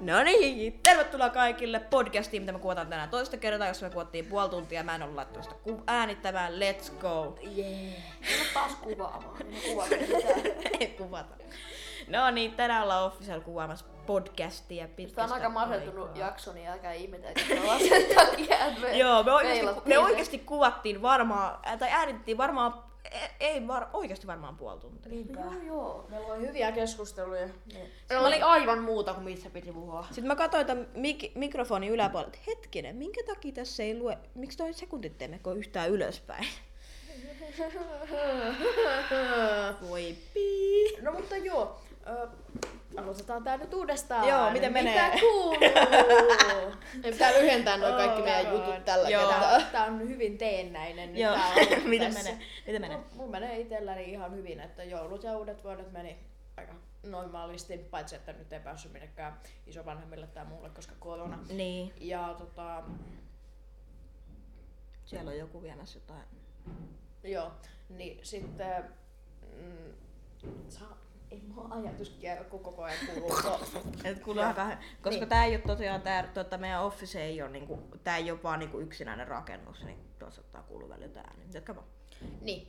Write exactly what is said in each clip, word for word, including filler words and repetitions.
No niin, tervetuloa kaikille podcastiin, mitä me kuvataan tänään toista kertaa, jos me kuvattiin puoli tuntia. Mä en ollut laittanut sitä ku- äänittämään. Let's go! Jee. Yeah. Mä taas kuvaamaan. Mä kuvata mitään. Ei kuvata. No niin, tänään ollaan Official kuvaamassa podcastia pitkästä Tämä on aika masentunut aikaa. jakso, niin älkää ihmetä, että me ollaan sen takia, että me Joo, me oikeasti, feilattiin me se. oikeasti kuvattiin varmaan, tai äänitettiin varmaan, ei var, oikeasti varmaan puoli tuntia. Niinpä. Joo, joo. Meillä oli hyviä keskusteluja. Niin. Se oli aivan muuta kuin mistä piti puhua. Sitten mä katsoin tämän mik- mikrofonin yläpuolella, että hetkinen, minkä takia tässä ei lue, miksi toi sekuntit ei mene yhtään ylöspäin? Voi pii. No mutta joo, ö, aloitetaan tää nyt uudestaan. Joo, miten menee? Mitä kuuluu? Ei pitää lyhentää noi kaikki Oh meidän God. jutut tällä Joo. kertaa. Tää, tää on hyvin teennäinen. Nyt Joo, tää on ollut miten tässä. menee? Miten menee? No, mun menee itselläni ihan hyvin, että joulut ja uudet vuodet meni aika normaalisti, paitsi että nyt ei päässyt minnekään isovanhemmille tai muulle, koska korona. Niin, Ja tota, siellä on joku viemässä jotain. joo, niin sitten mm, saa, ei mua ajatuskiero, kun koko ajan kuuluu to. Et kuuluu aika, koska Niin. tää ei oo tosiaan, tää, tota, meidän office ei oo niinku, tää ei oo vaan niinku yksinäinen rakennus, niin tuossa ottaa kuuluu välillä jotain ääni. Jatka vaan. Niin.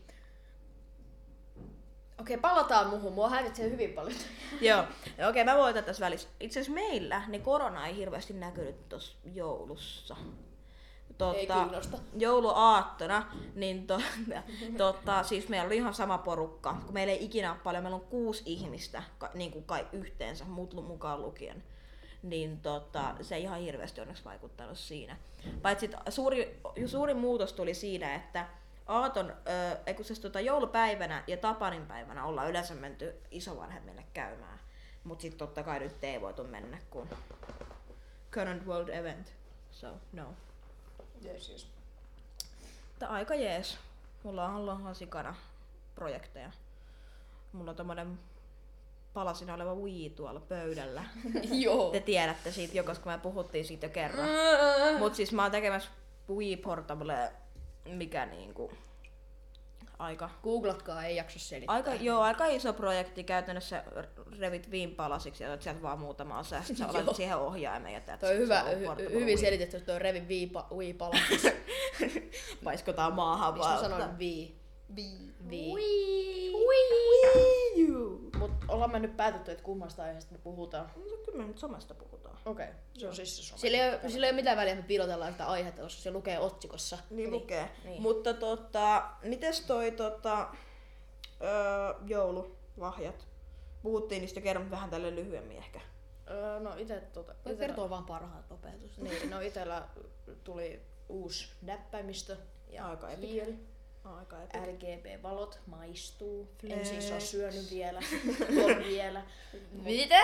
Okei, palataan muuhun. Mua häiritsee hyvin paljon. Joo, ja okei, mä voitan tässä välissä. Itse asiassa meillä niin korona ei hirveästi näkynyt tuossa joulussa. Totta, Ei kiinnosta. jouluaattona, niin to, totta, siis meillä oli ihan sama porukka, kun meillä ei ikinä ole paljon, meillä on kuusi ihmistä, ka, niin kuin kai yhteensä, mut lu- mukaan lukien. Niin tota, se ei ihan hirveästi onneksi vaikuttanut siinä. Paitsi suuri, suuri muutos tuli siinä, että aaton, äh, ei kun siis tota, joulupäivänä ja tapaninpäivänä ollaan yleensä menty isovanhemmille käymään. Mut sit totta kai nyt ei voitu mennä, kun current world event. So, no. Yes, yes. Tää aika jees. Mulla on ihan sikana projekteja. Mulla on tommonen palasina oleva Wii tuolla pöydällä. Joo. Te tiedätte siitä jo, koska me puhuttiin siitä jo kerran. Mut siis mä oon tekemässä Wii Portable, mikä niinku aika, Googlatkaa, ei jaksa selittää. aika, joo, aika iso projekti. Käytännössä revit Wiin palasiksi ja otat sieltä vaan muutama osa ja sit sä laitat siihen ohjaimen ja tätä. Toi on hyvä, hy- hyvin selitetty, että toi Revin viipa, viipala. Paiskotaan maahan Miksi mä vaan. sanoin vii? Vii. Vii. Wii U. Mut ollaan me nyt päätetty, että kummasta aiheesta me puhutaan. No, kyllä me nyt somesta puhutaan. Okei, okay. Se on siis se some. Sillä ei, ole, sillä ei ole mitään väliä, että me piilotellaan sitä aihetta, koska se lukee otsikossa. Niin lukee. Niin. Mutta tota, mites toi tota, öö, joululahjat? Puhuttiin niistä, kerron vähän tälle lyhyemmin ehkä. Öö, no ite tota... Voi itellä- kertoa vaan parhaat opetus. Niin, no itellä tuli uusi näppäimistö ja Aika epic. kieli. Aika epic. R G B-valot maistuu. En Flex. siis oo syönyt vielä. On vielä. Mitä?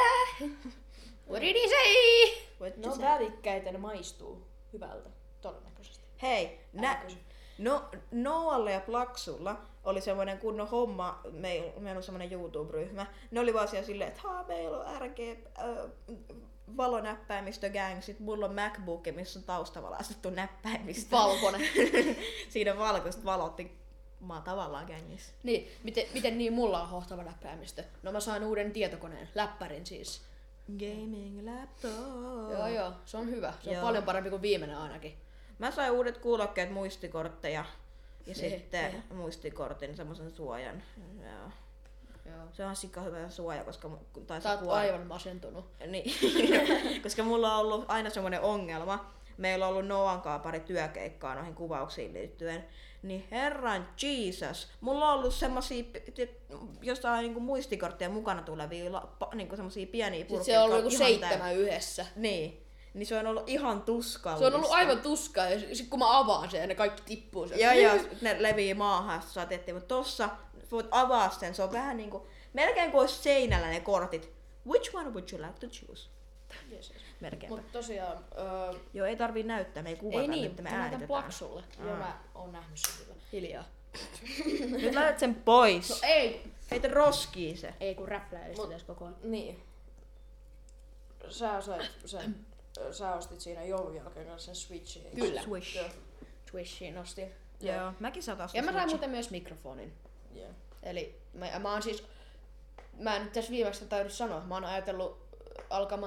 What did he say? Voit No sä- välikkäitä, ne maistuu hyvältä. Todennäköisesti. Hei, Älä nä- kysy. no, Noalla ja Plaksulla oli semmoinen kunnon homma, meillä meil on semmoinen YouTube-ryhmä. Ne oli vaan siellä silleen, että haa, meillä on R G äh, valonäppäimistö gang, sit mulla on MacBook, missä on taustavalaistettu näppäimistö. Valkoinen. Siinä valkoiset valotti mä oon tavallaan gängissä. Niin, miten, miten niin mulla on hohtava näppäimistö? No mä sain uuden tietokoneen, läppärin siis. Gaming laptop. Joo joo, se on hyvä. Se on Joo. paljon parempi kuin viimeinen ainakin. Mä sain uudet kuulokkeet, muistikortteja ja Ne, sitten ne. muistikortin, semmoisen suojan. Joo. Joo. Se on sikka hyvä suoja, koska mu- tai Sä se oot kuori- aivan masentunut. Niin, koska mulla on ollut aina semmoinen ongelma. Meillä on ollut Noan kanssa pari työkeikkaa noihin kuvauksiin liittyen. Niin herran Jesus, mulla on ollut semmosia, jostain niinku muistikortteja mukana tulevia, la- pa- niinku semmosia pieniä Sitten purkkeja. se on ollut jotka joku ihan seitsemän täynnä. yhdessä. Niin, niin se on ollut ihan tuskallista. Se on ollut aivan tuskaa, ja sit kun mä avaan sen ja ne kaikki tippuu sen. Joo, joo, ne levii maahan, ja saa tietää, mutta tossa voit avaa sen, se on vähän niinku, melkein kuin olisi seinällä ne kortit. Which one would you like to choose? Yes, yes. Melkein. Mut tosiaan, öö, Joo, ei tarvii näyttää, me ei kuvata Ei niin, nyt, me mä näytän äänitetään. plaksulle. joo mä oon nähnyt sen kyllä. Hiljaa. Nyt laitat sen pois. No ei! Heitä roskiin se. Ei kun räpläilisi Mut- edes koko ajan. Niin. Sä sait sen, sä ostit siinä joulun jälkeen kanssa sen Switchin. eikö? Kyllä. Swish. Joo. Swishiin ostin. Joo, mäkin saat ostaa Ja mä sain Switchin. muuten myös mikrofonin. Yeah. Eli mä, mä oon siis, mä en nyt tässä viimeksi taidot sanoa, mä oon ajatellut alkamaan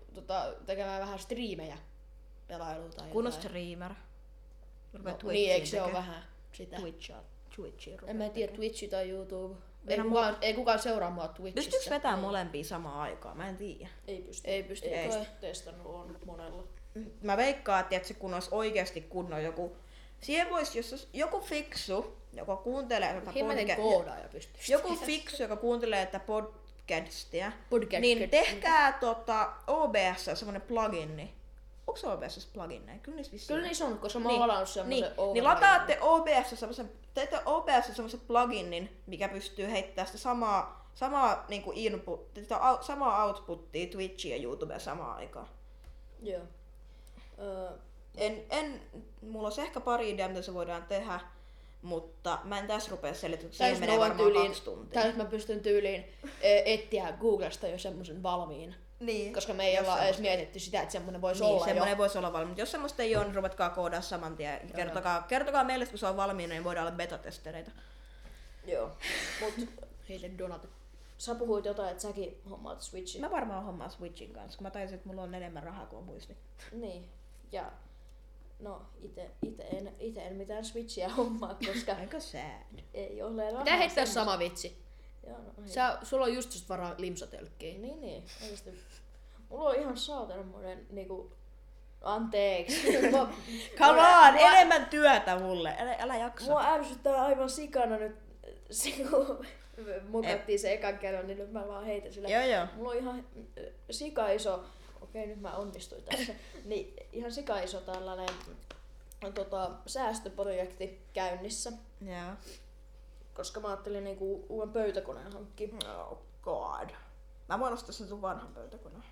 tota, tekemään vähän striimejä. Pelailu tai Kunnon jotain. streamer. No, niin, eikö se ole vähän sitä? Twitchia. Twitchia En mä tiedä, Twitchi tai YouTube. Ei Vedä kukaan, ei kukaan seuraa mua Twitchissä. Pystyykö vetää molempia samaan aikaan? Mä en tiedä. Ei pysty. Ei pysty Ei kai. testannut on monella. Mä veikkaan, että se kun olisi oikeasti kunnon joku... Siihen voisi, jos olisi joku fiksu, joka kuuntelee tätä Himmetin podca- koodaaja pystyy. joku fiksu, joka kuuntelee tätä podcastia, Podcast. niin tehkää tota O B S semmonen plugin. Onko O B S pluginneja? Kyllä niissä vissiin. Kyllä niissä on, koska mä oon Niin, ladannut semmosen niin, overlayin. niin lataatte O B S semmosen, teette O B S semmosen pluginin, mikä pystyy heittämään sitä samaa, samaa niinku input, sitä au, samaa outputtia Twitchiin ja YouTubeen samaan aikaan. Joo. Öö, En, en, mulla olisi ehkä pari ideaa, mitä se voidaan tehdä, mutta mä en tässä rupea selittämään, siihen Tai menee jos varmaan tyyliin, kaksi tuntia. tai jos mä pystyn tyyliin e, etsiä Googlesta jo semmosen valmiin. Niin. Koska me ei Jos olla edes semmoista- mietitty sitä, että semmonen voisi Niin, olla semmoinen jo. voisi olla valmiina. Jos semmoista ei ole, niin ruvetkaa koodaa saman tien. Kertokaa, kertokaa meille, kun se on valmiina, niin voidaan olla betatestereitä. joo. Mut Heille donatit. sä puhuit jotain, että säkin hommaat Switchin. Mä varmaan hommaan Switchin kanssa, kun mä taisin, että mulla on enemmän rahaa kuin on muisti. Niin. Ja no ite, ite, en, ite en mitään Switchiä hommaa, koska Aika sad. ei ole rahaa. Pitää heittää semmoista. sama vitsi. Joo, no, hei. Sä, sulla on just varaa limsatelkkiin. Niin, niin. Oikeesti. Mulla on ihan saatanamoinen niinku... Anteeksi. Mua, Come mua- on, mua- enemmän työtä mulle. Älä, älä jaksa. Mua ärsyttää aivan sikana nyt se, kun mukattiin se ekan kerran, niin nyt mä vaan heitän sille. Joo, joo. Mulla on ihan äh, sika iso, okei nyt mä onnistuin tässä, niin ihan sika iso tällainen tota, säästöprojekti käynnissä, Joo. koska mä ajattelin niinku uuden pöytäkoneen hankkia. Oh god. Mä voin ostaa sen sun vanhan pöytäkoneen.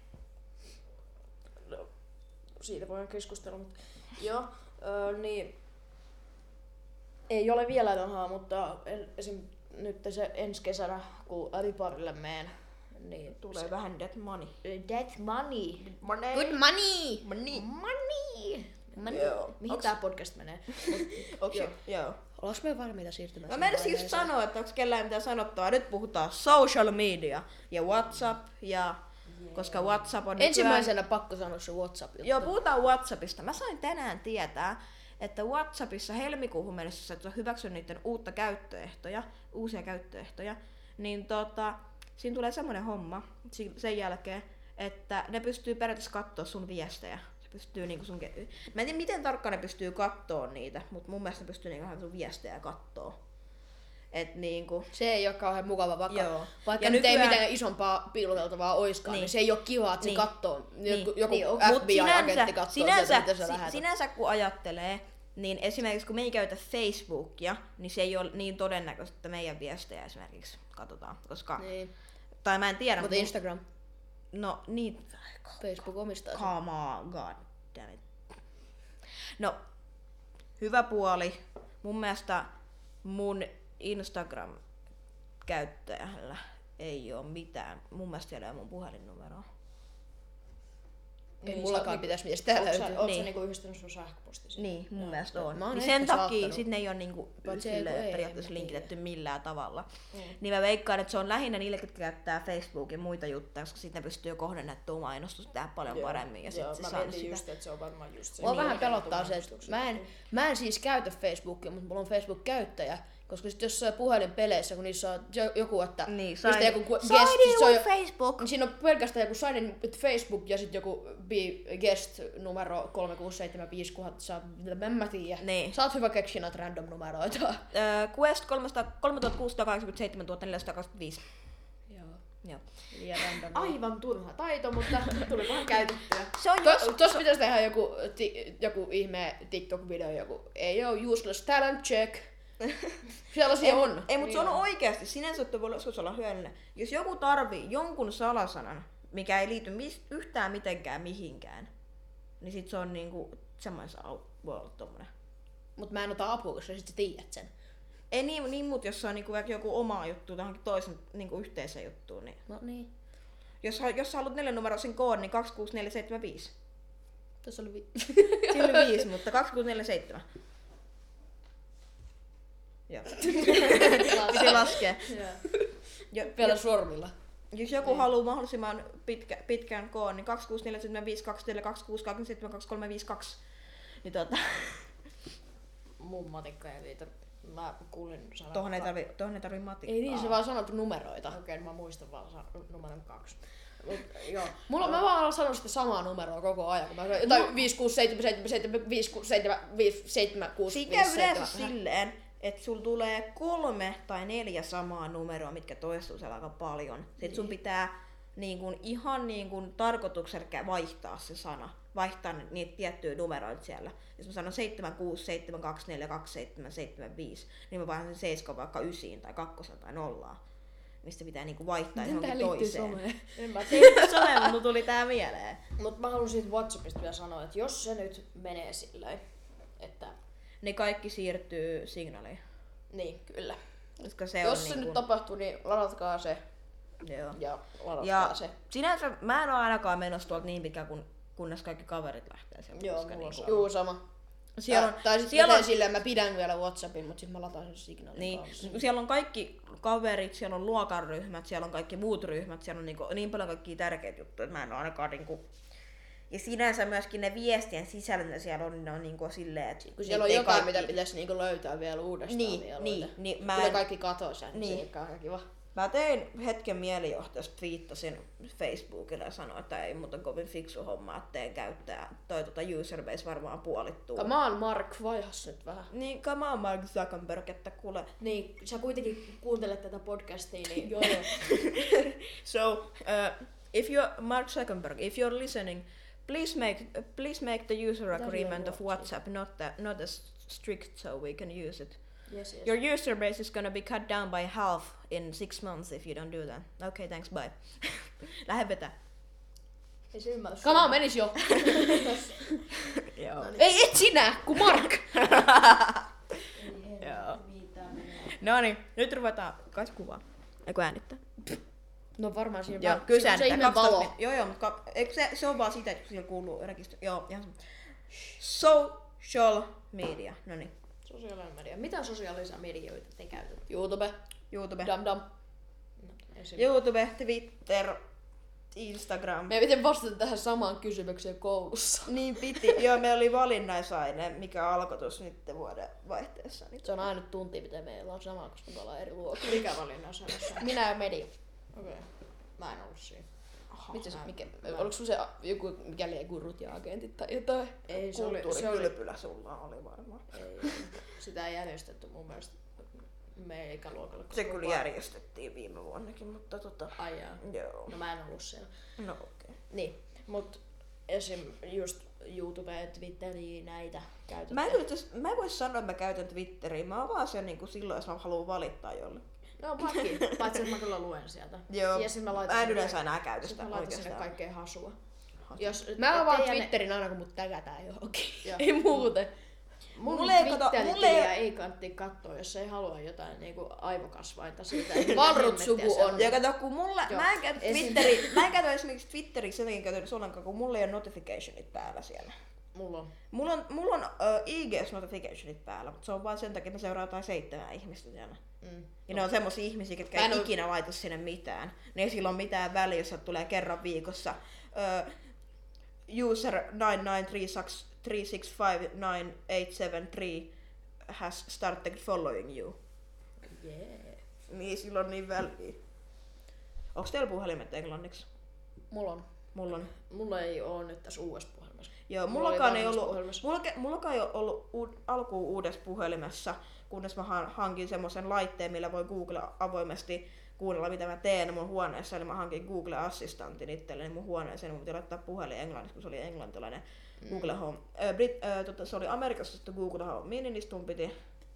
No, siitä voidaan keskustella, mutta joo, öö, niin ei ole vielä rahaa, mutta en- esim. Nyt se ensi kesänä, kun Riparille meen, niin Tulee se, vähän dead money. that money. Money. Good money! Money. Money! money. Joo. Mihin Onks- tää podcast menee? Onks Joo. Joo. Ollaanko me valmiita siirtymään? Mä menisin just sanoa, että onko kellään mitään sanottavaa. Nyt puhutaan social media ja WhatsApp ja... Koska WhatsApp on nykyään- Ensimmäisenä pakko sanoa se WhatsApp-juttu. Joo, puhutaan WhatsAppista. Mä sain tänään tietää, että WhatsAppissa helmikuuhun mennessä, että se on hyväksynyt niiden uutta käyttöehtoja, uusia käyttöehtoja, niin tota, siinä tulee semmoinen homma si- sen jälkeen, että ne pystyy periaatteessa katsoa sun viestejä. Se pystyy niinku sun... ke- Mä en tiedä, miten tarkkaan ne pystyy kattoo niitä, mutta mun mielestä ne pystyy niinku vähän sun viestejä kattoo. Et niinku... Se ei ole kauhean mukava, vaikka, Joo. vaikka Ja nyt ei nykyään- mitään isompaa piiloteltavaa oiskaan, niin. Niin. niin se ei ole kiva, että se Niin. kattoo, Niin. joku, joku Niin, F B I-agentti kattoo sinänsä, sieltä, mitä sä si- lähetät. sinänsä kun ajattelee, niin esimerkiksi kun me ei käytä Facebookia, niin se ei ole niin todennäköistä, että meidän viestejä esimerkiksi katsotaan. Koska, Niin. tai mä en tiedä. Mutta mut- Instagram, No niin, Facebook omistaa sen. come on, god damn it. No, hyvä puoli. Mun mielestä mun Instagram-käyttäjällä ei ole mitään. Mun mielestä siellä ei ole mun puhelinnumeroa. Ei Niin, mullakaan sä- pitäisi miestä täällä Oot sä, löytyy. oot Niin. sä niinku yhdistänyt sun sähköpostisi? Niin, mun Joo. mielestä on. Mä oon Niin ehkä sen takia saattanut. sit ne ei ole niinku But se sille ei, periaatteessa en mä linkitetty millään tavalla. Mm. Niin mä veikkaan, että se on lähinnä niille, jotka käyttää Facebookin muita juttuja, koska sitten ne pystyy kohdennettua mainostusta tehdä paljon Joo. paremmin. Ja Joo, sit mä se saa mietin sitä. just, että se on varmaan just se. Mua Niin, vähän mikä pelottaa niinku se, että mainostukset. mä en, mä en siis käytä Facebookia, mutta mulla on Facebook-käyttäjä. Koska sit jossain puhelinpeleissä, kun niissä on jo- joku, että Niin, just sign, joku ku- sign guest, sit se on in jo, Facebook. niin siinä on pelkästään joku sign in with Facebook ja sitten joku be guest numero kolme kuusi seitsemän viisi, kunhan sä, en mä tiedä. Niin. Sä oot hyvä keksiä noita random numeroita. Öö, Quest kolmekuusisataakahdeksankymmentäseitsemän neljäsataakaksikymmentäviisi. Joo. Joo. Liian random. Aivan turha taito, mutta tuli vähän käytettyä. Se on To, joskus... tossa pitäisi tehdä joku, ti, joku ihme TikTok-video, joku ei oo useless talent check. Sellaisia Ei, on. ei mutta se on Niin on. oikeasti, sinänsä että voi joskus olla hyödyllinen. Jos joku tarvii jonkun salasanan, mikä ei liity mis, yhtään mitenkään mihinkään, niin sit se on niinku, semmoinen saa voi olla tommonen. Mut mä en ota apua, koska sit sä tiedät sen. Ei niin, niin mut jos se on niinku vaikka joku oma juttu johonkin toisen niinku yhteiseen juttuun, niin No niin. jos, jos sä haluat neljänumeroisen koodin, niin kaksi kuusi neljä seitsemän viisi. Tässä oli vi... Siinä oli viisi, mutta kaksi kuusi neljä seitsemän. Joo. Piti laskea. Joo. Jo, Vielä jo, sormilla. Jos joku Niin. haluaa mahdollisimman pitkä, pitkän koon, niin kaksi kuusi neljä seitsemän viisi kaksi neljä kaksi kuusi kaksi seitsemän kaksi kolme viisi kaksi. Niin tota, Mun matikka ei riitä. Mä kuulin sanan. tohon ei tarvi, tohon ei tarvi matikkaa. Ei niin, se vaan sanot numeroita. Okei, okay, mä muistan vaan san- numeron kaksi. Mut, joo. Mulla mä vaan sanon sitä samaa numeroa koko ajan, kun mä sanon jotain viisi kuusi seitsemän seitsemän seitsemän viisi kuusi seitsemän viisi seitsemän kuusi Siinä viisi käy yleensä seitsemän. silleen, että sulla tulee kolme tai neljä samaa numeroa, mitkä toistuu siellä aika paljon. Sitten sun pitää niin kun, ihan niin kun, tarkoituksella vaihtaa se sana, vaihtaa niitä tiettyjä numeroita siellä. Jos mä sanon seitsemän kuusi seitsemän kaksi neljä kaksi seitsemän seitsemän viisi, niin mä vaihdan sen seitsemän vaikka ysiin tai kakkoseen tai nollaan. Mistä pitää niinku vaihtaa Miten tää johonkin liittyy toiseen. someen? En mä Se ei liity someen, mutta tuli tää mieleen. Mut mä haluan siitä WhatsAppista vielä sanoa, että jos se nyt menee silleen, että Ne kaikki siirtyy signaaliin. niin, kyllä. Koska se Jos on se niin nyt kun, tapahtuu, niin ladatkaa se joo. ja ladatkaa Ja se. sinänsä mä en oo ainakaan menossa tuolta niin pitkään, kun, kunnes kaikki kaverit lähtee sieltä. Joo, koska mulla on niinku- sama. Juu, sama. Siellä on, Ää, tai sit siellä mä on, teen silleen, mä pidän vielä Whatsappin, mut sit mä lataan sen signaalin niin, kanssa. kun siellä on kaikki kaverit, siellä on luokan ryhmät, siellä on kaikki muut ryhmät, siellä on niinku niin paljon kaikkia tärkeitä juttuja, että mä en oo ainakaan niinku... Ja sinänsä myöskin ne viestien sisällöt siellä on, ne on niinku silleen, että... Kun siellä on niitä ei jotain, kaikki- mitä pitäisi niinku löytää vielä uudestaan. Niin, vielä niin, löytää. niin, mä Kyllä en- kaikki katoo sen, niin. Niin. Se ei ole aika kiva. Mä tein hetken mielijohtajasta, twiittasin Facebookille ja sanoin, että ei muuten kovin fiksu homma, että teen käyttää. Toi tota userbase varmaan puolittuu. Come on, Mark, vaihas nyt vähän. Niin, come on Mark Zuckerberg, että kuule. Niin, sä kuitenkin kuuntelet tätä podcastia, niin Joo, joo. So, uh, if you're Mark Zuckerberg, if you're listening, please make please make the user agreement of WhatsApp not that, not as strict so we can use it. yes, yes. Your user base is gonna be cut down by half in six months if you don't do that. Okay, thanks, bye. Lähde vetää. Ei se ymmärrä. Come on, menis jo. Joo. Ei et sinä, kun Mark. Joo. No niin, nyt ruvetaan kai kuvaa. Eikö äänittää? No varmaan siinä Joo, vaan- kyllä siinä se on se äänittää. ihme kaksitoista valo. min- Joo, joo, mutta ka- eikö se, se on vaan sitä, että siellä kuuluu rekistö. Joo, ihan sama. Social media. No niin. Sosiaalinen media. Mitä sosiaalisia medioita te käytätte? YouTube, YouTube. dam dam. No, esim. YouTube, Twitter, Instagram. Me piti vastata tähän samaan kysymykseen koulussa. Niin piti. Joo, meillä oli valinnaisaine, mikä alkoi tuossa nyt vuoden vaihteessa. Niin Se on ainut tunti, mitä meillä on sama, koska me ollaan eri luokilla. Mikä valinnan sanossa? Minä ja media. Okei. Okay. Mä en ollut siinä. Mitä se, mä- mikä, mä- oliko sun se joku, mikä lie gurut ja agentit tai jotain? Ei, se oli, se oli, Kulttuurikylpylä sulla oli varmaan. ei, sitä ei järjestetty mun mielestä meidän ikäluokalle. Se koska kyllä vaan- järjestettiin viime vuonnakin, mutta tota... Ai jaa. Joo. No mä en ollut siellä. No okei. Okay. Niin, mut esim. Just YouTube, Twitteri, näitä käytetään. Mä en, yritäis, mä en voi sanoa, että mä käytän Twitteriä. Mä oon vaan sen niin kuin silloin, jos mä haluan valittaa jolle. No mäkin, paitsi että mä kyllä luen sieltä. Joo. Ja sit mä laitan Mä en sinne- yleensä enää käytä sit sitä mä laitan sinne oikeastaan. kaikkea hasua. Jos, Mä oon vaan teidän- Twitterin aina, kun mut tägätään johonkin. Joo. Ei muuten. Mun Mulle ei kato- Twitterin mulle ei- tiliä ei kannatti katsoa, jos ei halua jotain niinku aivokasvainta siitä. että Valrut mitä suku hemmettiä on. se Ja kato, kun mulla, Joo. mä en käytä Esim- Twitteri, mä en käytä esimerkiksi Twitteriä sen takia käytä ollenkaan, kun mulla ei ole notificationit päällä siellä. Mulla on. Mulla on, mulla on uh, I G:ssä notificationit päällä, mutta se on vaan sen takia, että mä seuraan jotain seitsemää ihmistä siellä. Mm. Ja ne on semmosia ihmisiä, jotka Mä en ei oo- ikinä laita sinne mitään. Ne ei sillä ole mitään väliä, jos tulee kerran viikossa. Uh, user nine nine three six five nine eight seven three has started following you. Yeah. Niin sillä on niin väliä. Onks teillä puhelimet englanniksi? Mulla on. Mulla on. Mulla ei oo nyt tässä uudessa puhelimessa. Joo, Mulla mullakaan oli ei vanhassa ollut, puhelimessa. mulla, mullakaan ei ole ollut uud, alkuun uudessa puhelimessa, kunnes mä han- hankin semmoisen laitteen, millä voi Google avoimesti kuunnella, mitä mä teen mun huoneessa. Eli mä hankin Google Assistantin itselleni mun huoneeseen, mun piti laittaa puhelin englanniksi, kun se oli englantilainen mm. Google Home. Äh, Brit, äh, tota, se oli Amerikassa sitten Google Home Mini, niin mun piti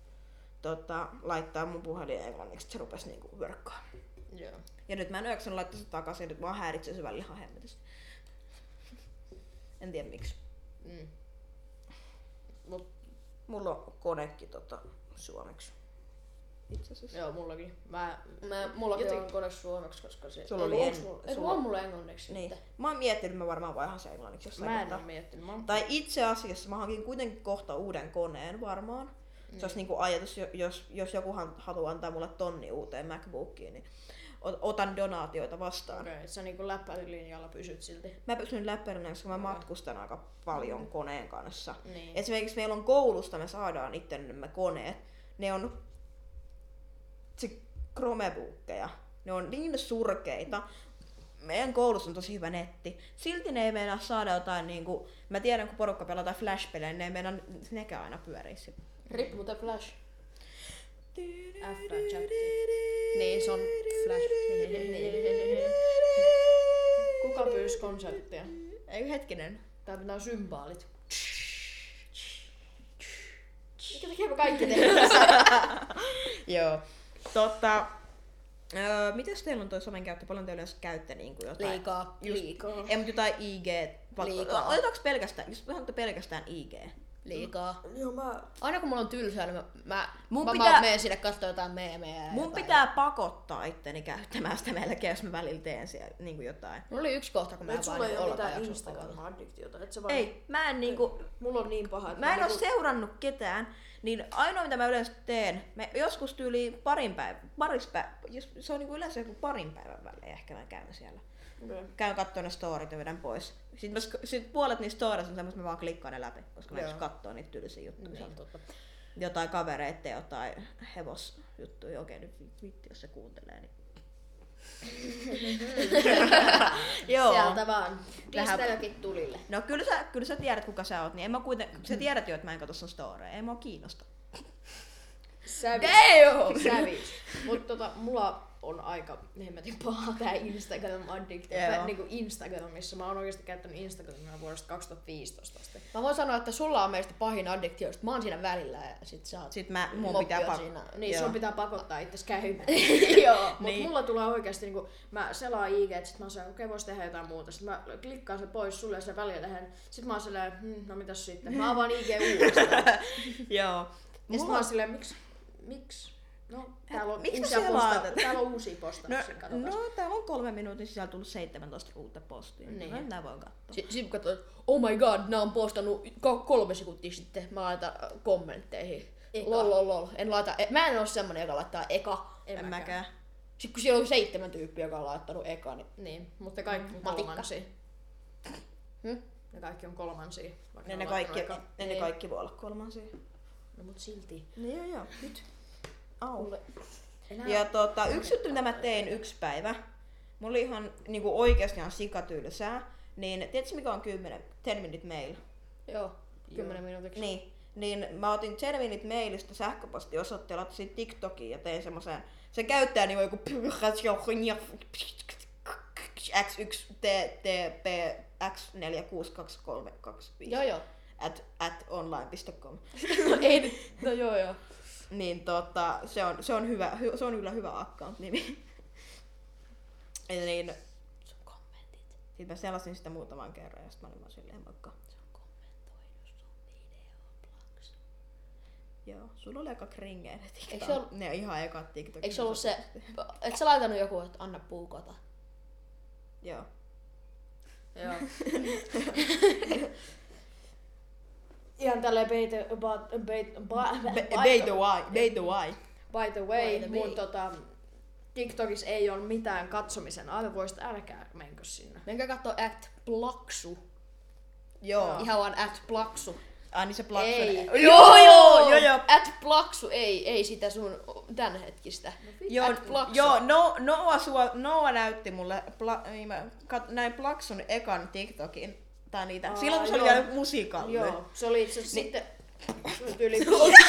tota, laittaa mun puhelin englanniksi, että se rupesi niinku verkkaa. Joo. Ja nyt mä en yöksän laittaa se takaisin, nyt mä häiritsee se välillä ihan hemmetisti. En tiedä miksi. Mm. Mut Mulla on konekin tota, suomeksi. Itse asiassa. joo, mullakin. Mä, Mä, mullakin Jotenkin- on kone suomeksi, koska se... Sulla Ei, oli onks en- mulla- Ei, sulla- on mulla englanniksi Niin. nyt. Mä oon miettinyt, että mä varmaan vaihan se englanniksi jossain mä en kohtaa. oo miettinyt. Mä oon- Tai itse asiassa mä hankin kuitenkin kohta uuden koneen varmaan. Se olisi niinku ajatus, jo- jos, jos joku han- haluaa antaa mulle tonni uuteen MacBookiin, niin otan donaatioita vastaan. Okei, okay, sä niinku läppärilinjalla pysyt silti. Mä pysyn läppärinä, koska mä matkustan aika paljon koneen kanssa. Niin. Esimerkiksi meillä on koulusta, me saadaan itsellemme koneet. Ne on se Chromebookkeja. Ne on niin surkeita. Meidän koulussa on tosi hyvä netti. Silti ne ei meinaa saada jotain niinku... Mä tiedän, kun porukka pelaa jotain Flash-pelejä, ne ei meinaa nekään aina pyörii sitten. Rip muuten Flash. F-chatti. Niin, se on Flash. Kuka pyysi konserttia? Ei hetkinen. Tää pitää symbaalit. Mikä takia me kaikki tehdään? Joo. Totta... Öö, mites teillä on toi somen käyttö? Paljon te yleensä käytte niinku jotain? Liikaa. Just, Liikaa. Ei, mutta jotain I G. Liikaa. Otetaanko pelkästään, jos puhutte pelkästään I G? Liikaa. Joo, mä... Aina kun mulla on tylsää, niin mä, mä, Mun mä, pitää- mä menen sinne katsoa jotain meemejä. ja Mun jotain. pitää pakottaa itteni käyttämään sitä melkein, jos mä välillä teen siellä niinku jotain. Mulla oli yksi kohta, kun mä Et en sulla vaan ei niin oo ollenkaan mitään jaksa sitä katsoa. Instagram-addiktiota, et sä vaan... Ei, mä en niinku... Mulla on niin paha, että Mä en oo niinku... seurannut ketään, niin ainoa mitä mä yleensä teen, mä joskus tyyliin parin päivän, paris päivän, se on niinku yleensä joku parin päivän välein ehkä mä käyn siellä. Okay. Käyn kattoo ne storit ja vedän pois. Sitten, mä, sit puolet niistä stories on semmoista, mä vaan klikkaan ne läpi, koska mä en Joo. kattoo niitä tylsiä juttuja. Se on sieltä. totta. Jotain kavereita ja jotain hevosjuttuja. Okei, nyt vitti, jos se kuuntelee. Niin. Joo. Sieltä vaan. Vähän- Pistäjäkin tulille. No kyllä sä, kyllä sä tiedät kuka sä oot, niin en mä kuiten, sä tiedät jo, että mä en katso sun storeja, ei mua kiinnosta. Savage. Damn! Savage. Mut tota, mulla on aika hemmetin paha tää Instagram addiktio. Joo. Mä, niinku Instagramissa. Mä oon oikeesti käyttänyt Instagramia vuodesta kaksituhattaviisitoista asti. Mä voin sanoa, että sulla on meistä pahin addiktio, just mä oon siinä välillä ja sit sä oot... Sitten mä, mun Moppi pitää on pak- siinä. Niin, Joo. sun pitää pakottaa itses käymään. Joo. Mut Niin. mulla tulee oikeesti niinku, mä selaan I G, sit mä oon okei, okay, vois tehdä jotain muuta. Sit mä klikkaan sen pois sulle ja sen välillä lähden. Sit mä oon silleen, hm, no mitäs sitten? Mä avaan I G uudestaan. Joo. Ja sit Mulla- mä oon silleen, miksi? Miksi? No, täällä on, Miksi mä uusia selaan posta- tätä? täällä on uusia No, postauksia, katsotaan. no, täällä on kolme minuutin sisällä tullut seitsemäntoista uutta postia. Niin. No, nää voin katsoa. Sitten sit kun katsoo, että oh my god, nää on postannut ko- kolme sekuntia sitten, mä laitan äh, kommentteihin. Eka. Lol, lol, lol. En laita, e- mä en oo semmonen, joka laittaa eka. En mäkään. Sitten kun siellä on seitsemän tyyppiä, joka on laittanut eka, niin... Niin, mutta kaikki on Matikka. kolmansia. Hm? Ne kaikki on kolmansia. vaikka Ne, ne ne, on kaikki, laittanut ne, ne kaikki voi olla kolmansia. No mut silti. No joo joo, nyt. Au. Enää... Ja tota, yksi juttu, mitä mä tein yksi päivä, mulla oli ihan niinku oikeesti ihan sikatylsää, niin tiedätkö mikä on kymmenen, ten minute mail? Joo, kymmenen minuutiksi. Niin, niin mä otin ten minute mailista sähköpostiosoitteella siitä TikTokiin ja tein semmoisen, se käyttää niin joku X yksi T T P X neljä kuusi kaksi kolme kaksi viisi Joo, joo. at, at online piste com. No ei nyt. No joo, joo. Niin tota, se on, se on hyvä, hy, se on kyllä hyvä account-nimi. Eli niin, Sun kommentit. sit mä selasin sitä muutaman kerran ja sit mä olin vaan silleen moikka. Se on kommentoinut sun videoblogissa. Joo, sulla oli aika kringeä ne TikTok. Eikö se ol- Ne ihan ekat TikTokit. Eikö se ollut se, et sä laitanut joku, että anna puukota? Joo. Joo. Ihan tälleen bait, about, bait, ba, Bay the why, bay the why. by the way, By the mun way. tota, TikTokissa ei ole mitään katsomisen arvoista, älkää menkö sinne. Menkää kattoo at plaksu. Joo. Ihan vaan at plaksu. Ai niin se plaksu. Ei. Joo, joo, joo, joo. At plaksu, ei, ei sitä sun tämänhetkistä. Joo, At plaksu. joo no, Noa, sua, Noa näytti mulle, pla, niin mä kat, näin Plaksun ekan TikTokin. Tai niitä. Aa, Silloin kun se oli joo. vielä musiikalle. Joo, se oli itse asiassa Niin. sitten... Se oli tyyli,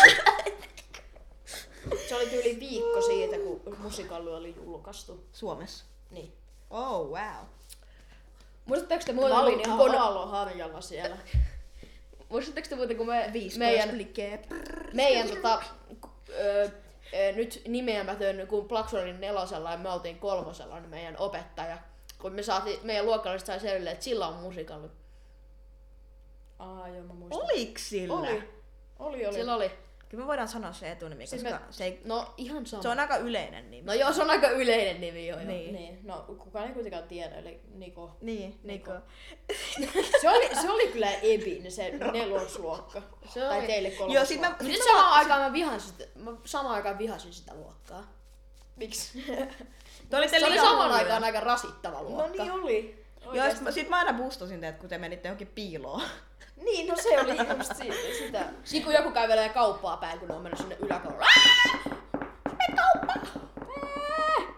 se oli tyyli viikko siitä, kun musikalli oli julkaistu. Suomessa. Niin. Oh, wow. Muistatteko te Mä muuten, olin kun, ihan kun, aallonharjalla siellä. muistatteko te muuten, kun me, Viisi meidän, plikkeä. meidän tota, ö, ö, nyt nimeämätön, kun Plaksu oli nelosella ja me oltiin kolmosella, niin meidän opettaja, kun me saatiin, meidän luokkalaiset sai selville, että sillä on musikalli. Aa, joo, mä muistan. Oliks sillä? Oli. Oli, oli. Sillä oli. Kyllä me voidaan sanoa se etunimi, Siis koska me- se, ei, No ihan sama. se on aika yleinen nimi. No joo, se on aika yleinen nimi joo. Niin. Niin. Niin, no kukaan ei kuitenkaan tiedä, eli Niko. Niin, Niko. Se oli, se oli kyllä epin, se nelosluokka. Se Tai oli. teille kolmosluokka. Joo, sit mä, Nyt sit samaan mä, aikaan mä vihasin sitä, mä samaan aikaan vihasin sitä luokkaa. Miksi? Te olitte Se oli liian samaan hulluja. aikaan aika rasittava No luokka. niin oli. Joo, sit, mä- sit mä aina bustasin teet, kun te menitte johonkin piiloon. Niin, no se oli just siitä, sitä. Sitten kun joku kävelee kauppaa päin, kun ne on mennyt sinne yläkouluun. Me kauppaan! Ää!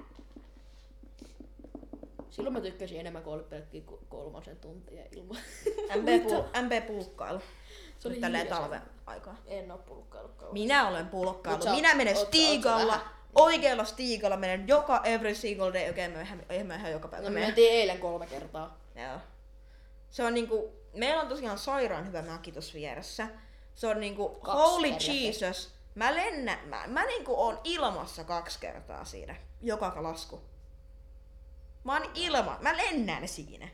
Silloin mä tykkäsin enemmän, kun oli pelkkiä ko- kolmasen tuntia ilman. M P-pulkkailu. Se oli Tälleen hiljaista. talven aikaa. En oo pulkkailukaan. Minä olen pulkkailu. Mut sä oot- Minä menen oot- oot sä stiigalla. vähän? Oikealla stiigalla menen joka every single day. Okei, okay, me eihän ihan joka päivä No me mene. mentiin eilen kolme kertaa. Joo. Se on niinku, meillä on tosiaan sairaan hyvä mäki tossa vieressä. Se on niinku, Kaksi holy perjettä. Jesus. Mä lennän, mä, mä niinku oon ilmassa kaksi kertaa siinä. Joka lasku. Mä oon ilma, mä lennän siinä.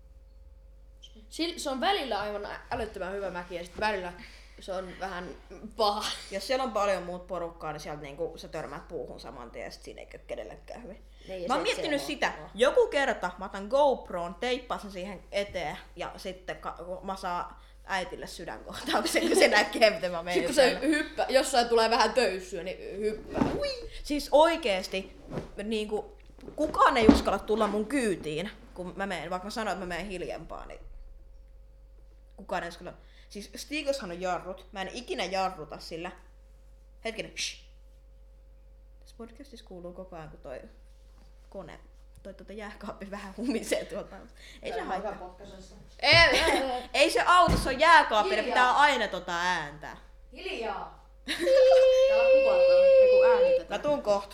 Sil- se on välillä aivan ä- älyttömän hyvä mäki ja sitten välillä se on vähän paha. Jos siellä on paljon muut porukkaa, niin sieltä niinku, sä törmäät puuhun saman tien ja sit siinä ei käy kenellekään hyvin. Niin, ja Mä oon sit miettinyt se sitä, on- joku kerta mä otan GoPron, teippaan sen siihen eteen ja sitten ka- mä saan äitille sydänkohtauksen, kun se näkee, miten mä menen. Sitten kun se hyppää, jossain tulee vähän töyssyä, niin hyppää. Ui. Siis oikeesti, niinku, kukaan ei uskalla tulla mun kyytiin, kun mä menen, vaikka mä sanon, että mä menen hiljempaa, niin kukaan ei uskalla. Siis Stigoshan on jarrut, mä en ikinä jarruta sillä. Hetkinen, shh. Tässä podcastissa kuuluu koko ajan, kun toi kone, toi tuota jääkaappi vähän humisee tuolta. Ei se haittaa. Ei, ei, ei. Ei se auto, se on jääkaappi, ne Hiljaa. pitää aina tota ääntää. Hiljaa! Täällä kuvataan, ei kun Mä äänitetään. tuun kohta.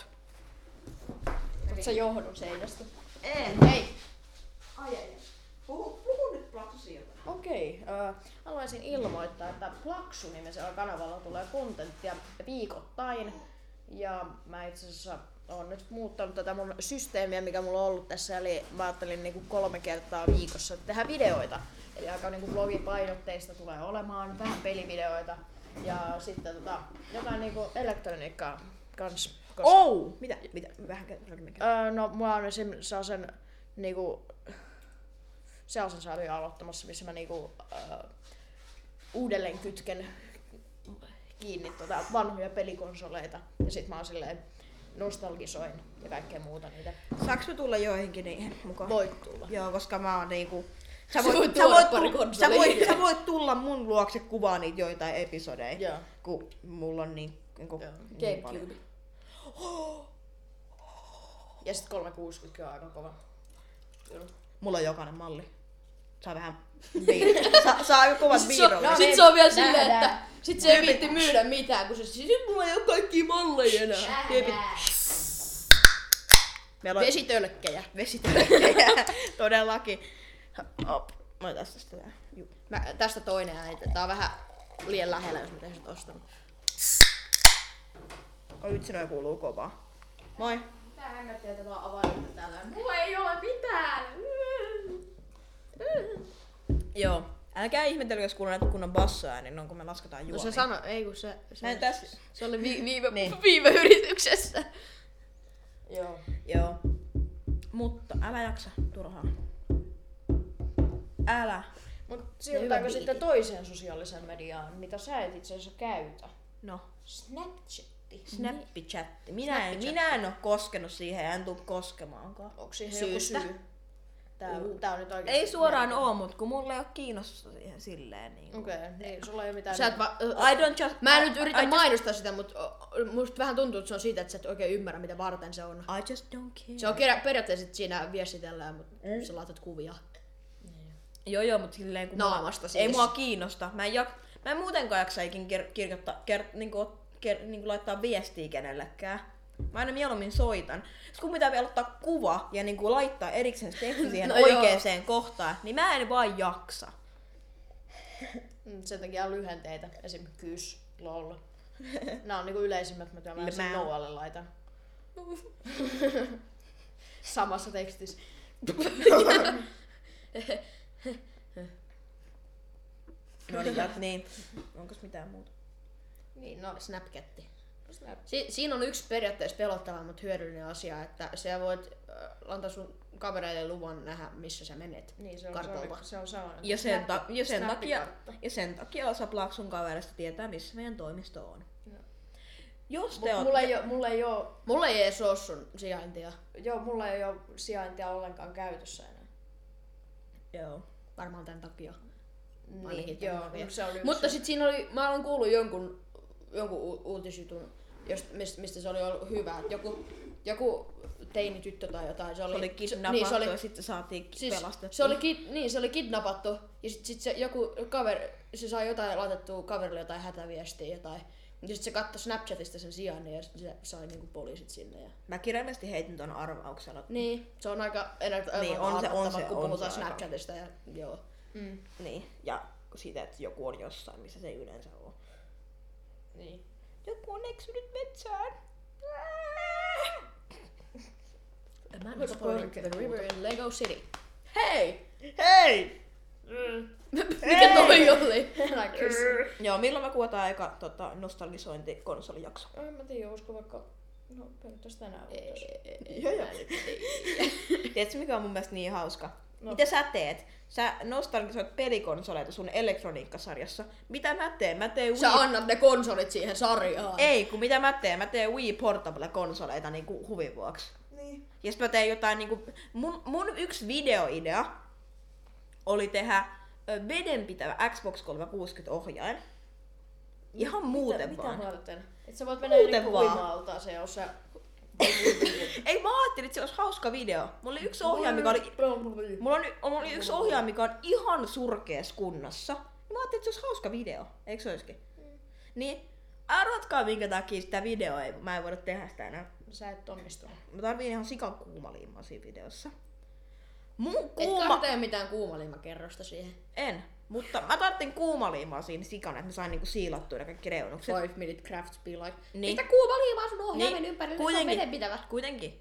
Oot sä johdon seinästä? En. Ei. Ai ai. Puhu, puhu nyt Plaksusi jotain. Okei, äh, haluaisin ilmoittaa, että Plaksu-nimisellä kanavalla tulee kontenttia viikoittain. Ja mä itse asiassa oon nyt muuttanut tätä mun systeemiä, mikä mulla on ollut tässä. Eli mä ajattelin niinku kolme kertaa viikossa tehdä videoita. Eli aika niinku vlogipainotteista tulee olemaan, vähän pelivideoita. Ja sitten tota, jotain niinku elektroniikkaa kans. Koska, Oh! Mitä? Mitä? Vähän kerran. öö, no mulla on esim. sellaisen niinku sellaisen sarjan aloittamassa, missä mä niinku öö, uudelleen kytken kiinni tota vanhoja pelikonsoleita. Ja sit mä oon silleen nostalgisoin ja kaikkea muuta niitä. Saaks mä tulla joihinkin niihin mukaan? Voit tulla. Joo, koska mä oon niinku... Sä Sä voit, voit sä tuoda voit, pari tu- konsolia. sä, voit, sä voit tulla mun luokse kuvaa niitä joitain episodeja, Joo. kun mulla on niin, niinku, Joo. niin paljon. Gamecube. Ja sit kolmesataakuusikymmentä on aika kova. Kyllä. Mulla on jokainen malli. Saa vähän biir- saa, saa aika kovat Sit se, biirolliset. on, sit se on vielä silleen, että Nähdään. sit se ei viitti myydä mitään, kun se sit mulla ei oo kaikkia malleja enää. Tyypit. Meillä on Vesitölkkejä. vesitölkkejä. Todellakin. Op. Mä otan tästä tää. Juu. Mä, tästä toinen ääni. Tää on vähän liian lähellä, jos mä teen sit ostanut. Oi vitsi, noi kuuluu kovaa. Moi. Tää hängätti, että tää on avainta täällä. Mulla ei ole mitään. Joo. Älkää ihmetellä, jos kuulee näitä kunnon bassoääni, niin on kun me lasketaan No juomia. se sano, ei kun se, se, Mä en tässä. se oli vi, viime, Niin. viime yrityksessä. Joo. Joo. Mutta älä jaksa turhaa. Älä. Mut hyvä siirrytäänkö biitti. sitten toiseen sosiaaliseen mediaan, mitä sä et itse asiassa käytä? No. Snapchatti. Snapchatti. Minä en, minä en oo koskenut siihen, en tuu koskemaankaan. Onko siihen Syystä. joku syy? Tää, tää on nyt oikeesti... Ei suoraan oo, mut kun mulla ei oo kiinnostusta siihen silleen. Niin Okei, okay, niin sulla ei oo mitään... Sä et va, I don't just... mä en I- nyt yritä I just- mainostaa sitä, mutta musta vähän tuntuu, että se on siitä, että sä et oikein ymmärrä, mitä varten se on. I just don't care. Se on kerä, periaatteessa, että siinä viestitellään, mutta mm. sä laitat kuvia. Joo joo, mut silleen kun Naamasta mua, siis. ei mua kiinnosta. Mä en, jak, mä en muutenkaan jaksa ikin kir, kirjoittaa, ker, niinku, ker, niinku laittaa viestiä kenellekään. Mä aina mieluummin soitan. Jos kun pitää vielä ottaa kuva ja niinku laittaa erikseen se teksti siihen No no joo. oikeeseen kohtaan, niin mä en vaan jaksa. Mm, sen takia on lyhenteitä, esim. Kys, lol. Nää on niinku yleisimmät, mitä mä sen Mä- Noalle laitan. Samassa tekstissä. No niin, jat, niin. Onko mitään muuta? Niin, no Snapchatti. Si- siinä on yksi periaatteessa pelottava, mutta hyödyllinen asia, että sä voit äh, antaa sun kavereille luvan nähdä, missä sä menet. Niin, se on, Kartalla. se on sellainen. Ja sen, ta- ja sen, takia, snappikartta. ja sen takia osa Plaksun kaverista tietää, missä meidän toimisto on. Jos Mut te oot... mulla ei oo, mulla ei oo, Mulla ei edes oo sun sijaintia. joo, mulla ei oo sijaintia ollenkaan käytössä enää. Joo. Varmaan tän takia. Niin, Ainakin joo, tämän takia. se oli yksi Mutta se. sit siinä oli, mä olen kuullut jonkun, jonkun u- uutisjutun, jost, mistä, mistä se oli ollut hyvä. Et Joku, joku teinityttö tai jotain. Se oli, Se oli se- kidnappattu niin, se oli, ja sitten saatiin siis, pelastettua. se oli, kid, niin, se oli kidnappattu ja sit, sit se joku kaveri, se sai jotain laitettua kaverille jotain hätäviestiä jotain. Ja sit se katsoi Snapchatista sen sijaan ja sit se sai niinku poliisit sinne. Ja... Mä kirjaimellisesti heitin ton arvauksella. Niin, se on aika enää Niin, on se- on se- kun on puhutaan se aika. Snapchatista. Ja, joo. Mm, Niin, ja siitä, että joku on jossain, missä se ei yleensä ole. niin. Joku on eksynyt metsään. A man was falling into the river in Lego City. Hei! Hei! Mikä toi oli? Älä kysy. Joo, milloin me kuvataan eka tota, nostalgisointikonsolijakso? En mä tiedä, olisiko vaikka... No, periaatteessa tänään voitais. Joo, joo. Tiedätkö mikä on mun mielestä niin hauska? No. Mitä sä teet? Sä nostalgisoit pelikonsoleita sun elektroniikkasarjassa. Mitä mä teen? Mä teen Sä Wii... annat ne konsolit siihen sarjaan. Ei, kun mitä mä teen? Mä teen Wii Portable-konsoleita niinku huvin vuoksi. Niin. Ja sit mä tein jotain niinku... Mun, mun yksi videoidea oli tehdä ö, vedenpitävä Xbox kolmesataakuusikymmentä-ohjain. Ihan muuten mitä, vaan. Mitä varten? Et sä voit mennä Muuten niinku vaan. uima-altaaseen, jos sä... Ei, mä ajattelin, että se olisi hauska video. Mulla oli yksi ohjaaja, mikä oli... Mulla oli, mulla oli yksi ohjaaja, mikä on ihan surkees kunnossa. Ja mä ajattelin, että se olisi hauska video. Eikö se olisikin? Mm. Niin, arvatkaa minkä takia sitä videoa ei... Mä en voida tehdä sitä enää. Sä et onnistunut. Mä tarviin ihan sikan kuumaliimaa siinä videossa. Mun Et kuuma... tee mitään kuumaliimakerrosta siihen. En. Mutta mä tarvitsin kuumaliimaa siinä sikana, että mä sain niinku siilattua ne kaikki reunukset. Five minute crafts be like. Niin. Mitä kuumaliimaa sun ohjaimen Niin, ympärillä? kuitenkin. Se on vedenpitävä. Kuitenkin.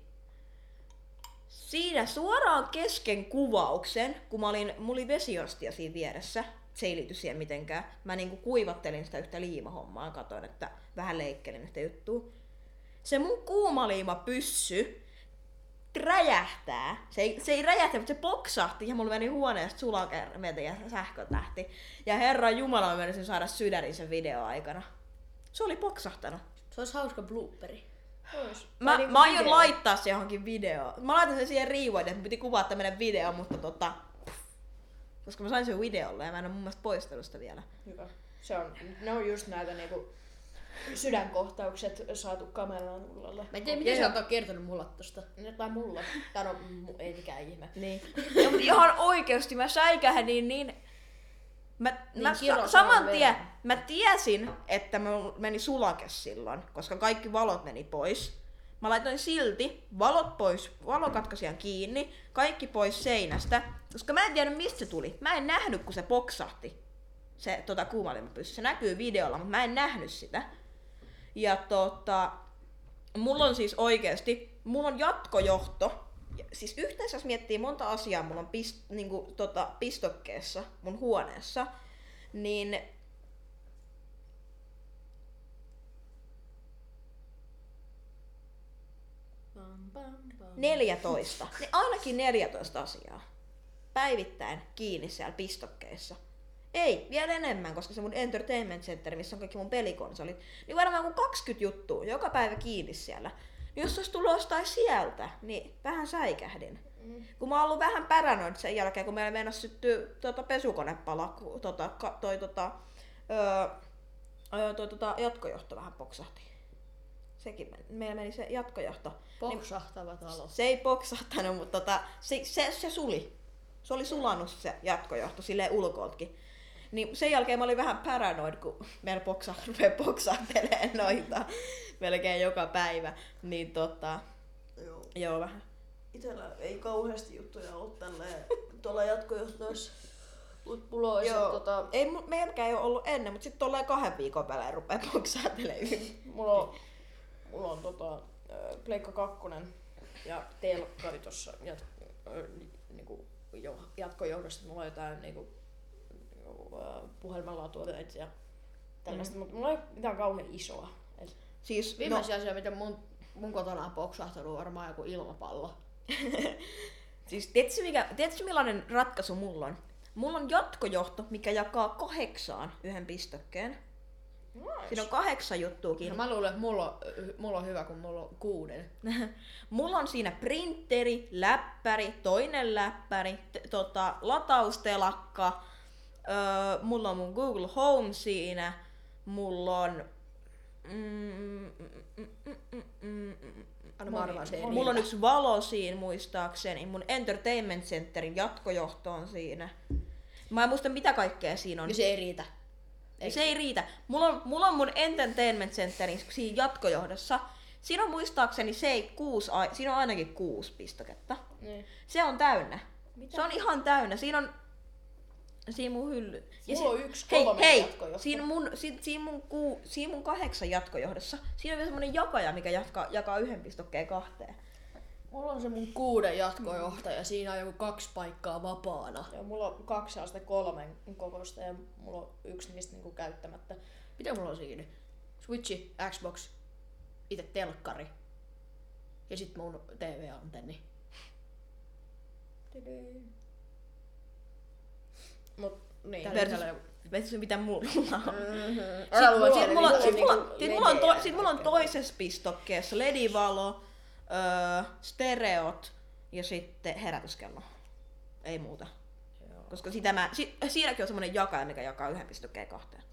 Siinä suoraan kesken kuvauksen, kun mä olin, mulla oli vesiostia siinä vieressä, se ei liity siihen mitenkään. Mä niinku kuivattelin sitä yhtä liimahommaa, katoin, että vähän leikkelin yhtä juttua. Se mun kuumaliima pyssy räjähtää. Se ei, se ei räjähtä, mutta se poksahti ja mulla meni huoneesta sulakermete ja sähköt lähti. Ja herran jumala mä menisin saada sydärin sen videoaikana. Se oli poksahtanut. Se olisi hauska blooperi. Ois. Mä, Tai niinku mä aion video. laittaa se johonkin videoon. Mä laitan sen siihen riivoin, että piti kuvaa tämmönen video, mutta tota... Puff, koska mä sain sen videolle ja mä en oo mun mielestä poistanut sitä vielä. Hyvä. Se on, ne on just näitä niinku sydänkohtaukset saatu kameran ullalle. Mä en tiedä, miten sä oot kertonut mulle tosta. Tai mulle. Tai no, mu- ei mikään ihme. Niin. Ja, mut ihan oikeesti mä säikähdin niin... Mä, Niin mä sa- kirosaman saman tien, verran. mä tiesin, että mä meni sulake silloin, koska kaikki valot meni pois. Mä laitoin silti valot pois, valokatkasijan kiinni, kaikki pois seinästä, koska mä en tiedä mistä se tuli. Mä en nähnyt, kun se poksahti. Se tota, kuumalimapyssy. Se näkyy videolla, mutta mä en nähnyt sitä. Ja tota, mulla on siis oikeesti, mulla on jatkojohto. Ja siis yhteensä jos miettii monta asiaa, mulla on pist, niinku, tota, pistokkeessa mun huoneessa, niin Pam, pam, pam. neljätoista. Niin ainakin neljätoista asiaa. Päivittäin kiinni siellä pistokkeissa. Ei, vielä enemmän, koska se mun entertainment center, missä on kaikki mun pelikonsolit, niin varmaan kun kaksikymmentä juttua joka päivä kiinni siellä. Niin jos olisi tullut jostain sieltä, niin vähän säikähdin. Mm. Kun mä oon ollut vähän paranoid sen jälkeen, kun meillä meinasi syttyä tota, pesukonepala, kun tota, ka, toi, tota, öö, toi, tota, jatkojohto vähän poksahti. Sekin meni. Meillä meni se jatkojohto. Poksahtava talo. Se ei poksahtanut, mutta tota, se, se, se suli. Se oli sulanut se jatkojohto silleen ulkooltakin. Niin sen jälkeen mä olin vähän paranoid, kun meillä poksa, rupeaa poksahtelee noita melkein joka päivä. Niin tota, Joo. joo vähän. Itellä ei kauheasti juttuja ollut tälleen tuolla jatkojohtoissa. Mut mulla olisi Joo. tota... Ei, mu- meilläkään ei ole ollut ennen, mutta sitten tolleen kahden viikon välein rupeaa poksahtelemaan. Mulla on, mulla on tota, ö, Pleikka kakkonen ja telkkari tossa jat, ö, niinku, jo, jatkojohdosta. Mulla on jotain niinku, ö, puhelimella-tuotteita ja tällaista, mm. mutta mulla ei ole mitään kauhean isoa. Et, Siis, Viimeisiä asia, mitä mun, mun kotona on poksahtanut, varmaan joku ilmapallo. siis tiedätkö, mikä, tiedätkö millainen ratkaisu mulla on? Mulla on jatkojohto, mikä jakaa kahdeksaan yhden pistokkeen. Nice. Siinä on kahdeksan juttuukin. No mä luulen, että mulla on, mulla on hyvä, kun mulla on kuuden. Mulla on siinä printeri, läppäri, toinen läppäri, t- tota, lataustelakka, öö, mulla on mun Google Home siinä, mulla on... Mm, mm, mm, mm, mm, mm, mm, Anna mä arvaan se mulla on yksi valo siinä muistaakseni, mun Entertainment Centerin jatkojohto on siinä. Mä en muista mitä kaikkea siinä on. Niin se ei riitä. Ei. Se ei riitä. Mulla on, mulla on mun Entertainment Centerin siinä jatkojohdossa. Siinä on muistaakseni se ei kuusi, siinä on ainakin kuusi pistoketta. Niin. Se on täynnä. Mitä? Se on ihan täynnä. Siinä on siinä mun hylly. Mulla on yksi hei, kolme hei, jatkojohto. siinä mun, si, siinä, mun kuu, siinä mun kahdeksan jatkojohdossa. Siinä on vielä semmonen jakaja, mikä jakaa, jakaa yhden pistokkeen kahteen. Mulla on se mun kuuden jatkojohtaja, siinä on joku kaksi paikkaa vapaana. Ja mulla on kaksi ja sitten kolmen kokoista ja mulla on yksi niistä niinku käyttämättä. Mitä mulla on siinä? Switchi, Xbox, itse telkkari ja sit mun T V-antenni. Mut niin. Täällä Versus, täällä joku- versus mitä mulla on. Älä Sit lue mulla, siellä mulla, niinku sit mulla, niinku sit mulla on, to, ledejä sit mulla on kaikkea. toisessa pistokkeessa L E D-valo, öö, stereot ja sitten herätyskello. Ei muuta. Joo. Koska sitä mä, si, siinäkin on semmonen jakaja, mikä jakaa yhden pistokkeen kahteen.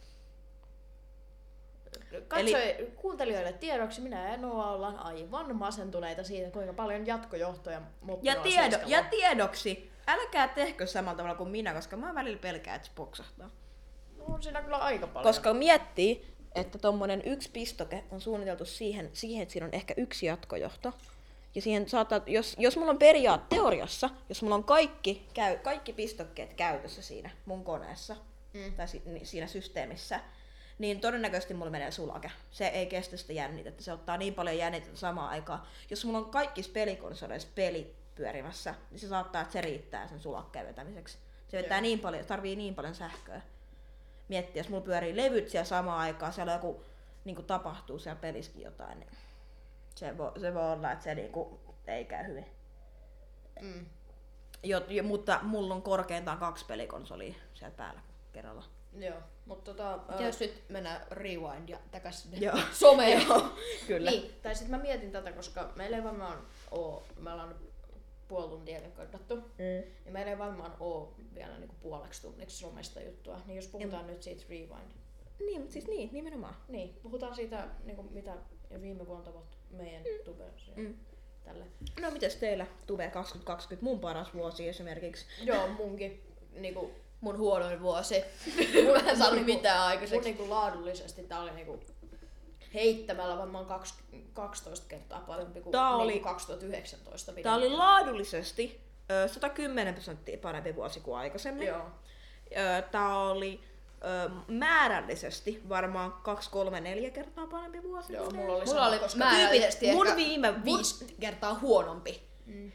Katsoi kuuntelijoille tiedoksi, minä ja Noa ollaan aivan masentuneita siitä, kuinka paljon jatkojohtoja moppi Ja, on tiedo, seiskalla. ja tiedoksi, älkää tehkö samalla tavalla kuin minä, koska mä välillä pelkään, että se poksahtaa. On siinä kyllä aika paljon. Koska miettii, että tommonen yksi pistoke on suunniteltu siihen, siihen että siinä on ehkä yksi jatkojohto. Ja siihen saattaa, jos, jos mulla on periaat teoriassa, jos mulla on kaikki, käy, kaikki pistokkeet käytössä siinä mun koneessa, Mm. tai si, ni, siinä systeemissä, niin todennäköisesti mulla menee sulake. Se ei kestä sitä jännitettä, se ottaa niin paljon jännitettä samaan aikaan. Jos mulla on kaikissa pelikonsoleissa pelit pyörimässä, niin se saattaa, että se riittää sen sulakkeen vetämiseksi. Se vetää Joo. niin paljon, tarvii niin paljon sähköä. Miettiä, jos mulla pyörii levyt siellä samaan aikaan, siellä joku niin tapahtuu siellä pelissäkin jotain, niin se voi, se voi olla, että se niin kuin, ei käy hyvin. Mm. Jo, jo, mutta mulla on korkeintaan kaksi pelikonsolia siellä päällä kerralla. Joo, mutta tota... Mitä ää, jos nyt mennään rewind ja takas sinne Joo. someen? Kyllä. Niin, tai sitten mä mietin tätä, koska meillä ei varmaan oo, me ollaan nyt puoli tuntia rekordattu, Mm. niin meillä ei varmaan oo vielä niinku puoleksi tunniksi somesta juttua. Niin jos puhutaan nyt siitä rewind, Niin, mutta siis niin, nimenomaan. niin puhutaan siitä, niinku, mitä viime vuonna tapahtui meidän mm. tubessa Mm. tälle. No mites teillä Tuve kaksituhattakaksikymmentä, mun paras vuosi esimerkiksi? Joo, munkin. Niinku, Mun huonoin vuosi. mun, Mä en saanut niinku- mitään mun aikaiseksi. niinku laadullisesti tää oli niinku heittämällä varmaan kaksi, kaksitoista kertaa parempi kuin Tää oli- niinku kaksituhattayhdeksäntoista. Tää oli laadullisesti ö, sata kymmenen prosenttia parempi vuosi kuin aikaisemmin. Joo. Ö, Tää oli ö, määrällisesti varmaan kaksi, kolme, neljä kertaa parempi vuosi. Joo, kuin mulla oli Mulla sama, oli koska määrällisesti mun ehkä viime vu- viisi kertaa huonompi. Mm.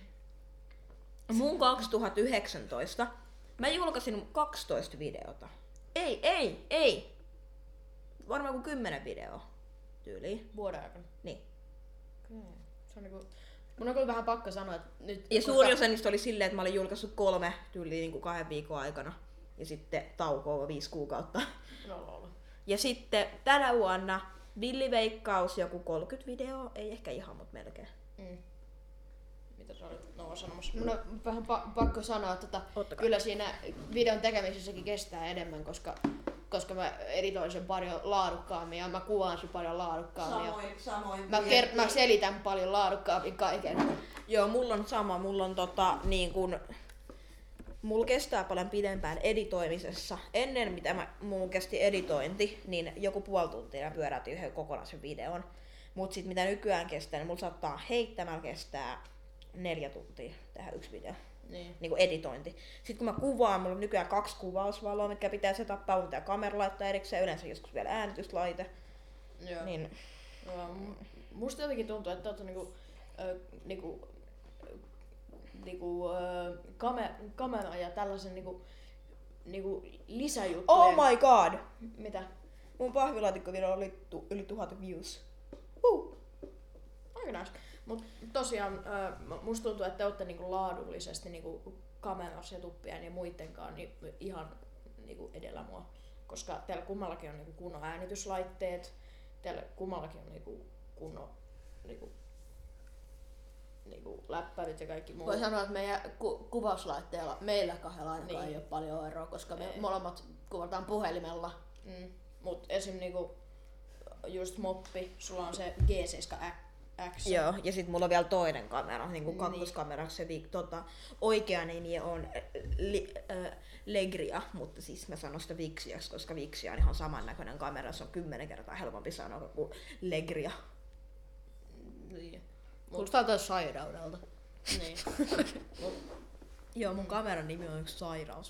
Mun kaksituhattayhdeksäntoista mä julkaisin kaksitoista videota. Ei, ei, ei. Varmaan kuin kymmenen videoa tyyliin. vuoden aikana. Niin. Okay. Se on niinku, mun on kyllä vähän pakko sanoa, että nyt... Ja suuri osa niistä oli silleen, että mä olin julkaissut kolme tyyliin niin kuin kahden viikon aikana. Ja sitten taukoa viisi kuukautta. No, no, no. Ja sitten tänä vuonna villiveikkaus joku kolmekymmentä videoa, ei ehkä ihan, mutta melkein. Mm. Mitä sä olit Noa sanomassa? Mun on vähän pa- pakko sanoa, että tota, Ottakaa. kyllä siinä videon tekemisessäkin kestää enemmän, koska, koska mä editoin sen paljon laadukkaammin ja mä kuvaan sen paljon laadukkaammin. Ja samoin. mä, ker- mä selitän paljon laadukkaammin kaiken. Joo, mulla on sama. Mulla on tota, niin kun, mulla kestää paljon pidempään editoimisessa. Ennen mitä mä, mulla kesti editointi, niin joku puoli tuntia mä pyöräytin yhden kokonaisen videon. Mut sit mitä nykyään kestää, niin mulla saattaa heittämällä kestää neljä tuntia tehdä yksi video. Niin. Niin kuin editointi. Sitten kun mä kuvaan, mulla on nykyään kaksi kuvausvaloa, mitkä pitää setappaa, mun pitää kamera laittaa erikseen, yleensä joskus vielä äänityslaite. Joo. Niin, Joo, m- musta jotenkin tuntuu, että te niinku, ö, niinku, niinku, ö, kame, kamera ja tällaisen niinku, niinku lisäjuttujen... oh my god! Mitä? Mun pahvilaatikkovideo oli tu- yli tuhat views. Uh. Aika nice. Mut tosiaan ö, musta tuntuu, että te olette niinku laadullisesti niinku kamerasetuppien ja muittenkaan niin ihan niinku edellä mua. koska teillä kummallakin on niinku kunnon äänityslaitteet, teillä kummallakin on niinku kunnon niinku, niinku läppärit ja kaikki muu. Voi sanoa, että meidän ku- kuvauslaitteella meillä kahdella ainakaan Niin. ei ole paljon eroa, koska me Ei. molemmat kuvataan puhelimella. Mm. Mut esim niinku just moppi, sulla on se G seitsemän X. Joo, ja sitten mulla on vielä toinen kamera, niin kuin Niin. kakkoskamera. Se vi, tota, oikea nimi on äh, li, äh, Legria, mutta siis mä sanon sitä Vixiaksi, koska Vixia on ihan samannäköinen kamera. Se on kymmenen kertaa helpompi sanoa kuin Legria. Niin. Kuulostaa taas sairaudelta. Niin. Mut, Joo, mun kameran nimi on yksi sairaus.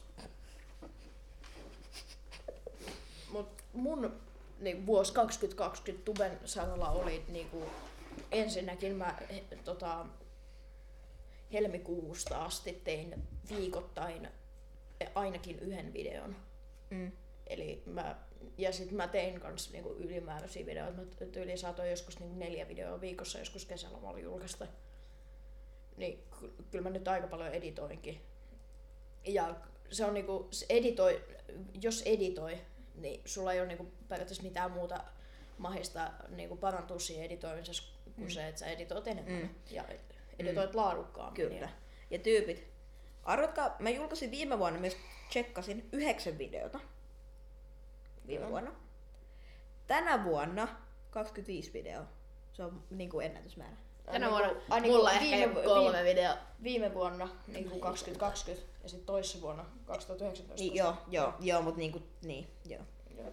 mut mun niin, vuosi kaksituhattakaksikymmentä Tuben saralla oli niinku, ensinnäkin mä he, tota, helmikuusta asti tein viikoittain ainakin yhden videon. Mm. Eli mä, ja sit mä tein kans niinku ylimääräisiä videoita. Mä tyyliin saatoin joskus niinku neljä videoa viikossa, joskus kesälomalla julkaista. Niin ky- kyllä mä nyt aika paljon editoinkin. Ja se on niinku, se editoi, jos editoi, niin sulla ei ole niinku periaatteessa mitään muuta mahista niinku parantua siinä editoimisessa kuin Mm. se, että sä editoit enemmän Mm. ja editoit mm. laadukkaammin. Kyllä. Ja, Ja tyypit. Arvatkaa, mä julkaisin viime vuonna myös, tsekkasin yhdeksän videota. Viime Joo. vuonna. Tänä vuonna kaksikymmentäviisi videoa. Se on niinku ennätysmäärä. Tänä Ainakin- vuonna ainakin mulla ehkä viime- joku kolme viime- videoa. Viime vuonna niin kuin kaksituhattakaksikymmentä ja sitten toissa vuonna kaksituhattayhdeksäntoista. Niin, joo, joo, joo, mut niinku, niin, joo. Joo.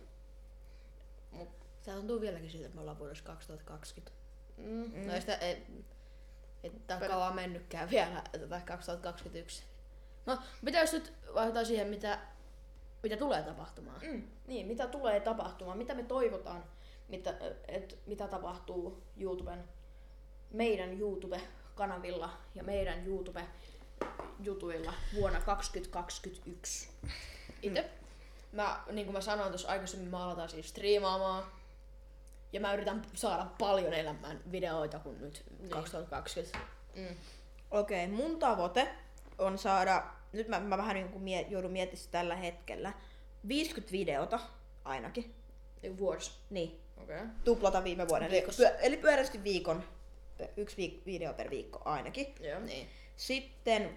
Se tuntuu vieläkin siitä, että me ollaan vuodessa kaksituhattakaksikymmentä. Mm. Mm. No ei sitä, ei, ei tää Per- kauan mennytkään vielä, tätä kaksituhattakaksikymmentäyksi. No, pitäis nyt vaihtaa siihen, mitä, mitä tulee tapahtumaan. Mm. Niin, mitä tulee tapahtumaan, mitä me toivotaan, mitä, et, mitä tapahtuu YouTuben, meidän YouTube-kanavilla ja meidän YouTube-jutuilla vuonna kaksituhattakaksikymmentäyksi. Itse, mä, niin kuin mä sanoin tuossa aikaisemmin, mä aloitan siis striimaamaan. Ja mä yritän saada paljon enemmän videoita kuin nyt Niin. kaksituhattakaksikymmentä. Mm. Okei, mun tavoite on saada, nyt mä, mä vähän niin mie, joudun miettimään sitä tällä hetkellä, viisikymmentä videota ainakin. Niin vuodessa. Niin, Okei. Okay. tuplata viime vuoden. Eli, Viikossa. pyö, eli pyörästi viikon, yksi viik- video per viikko ainakin. Joo. Niin. Sitten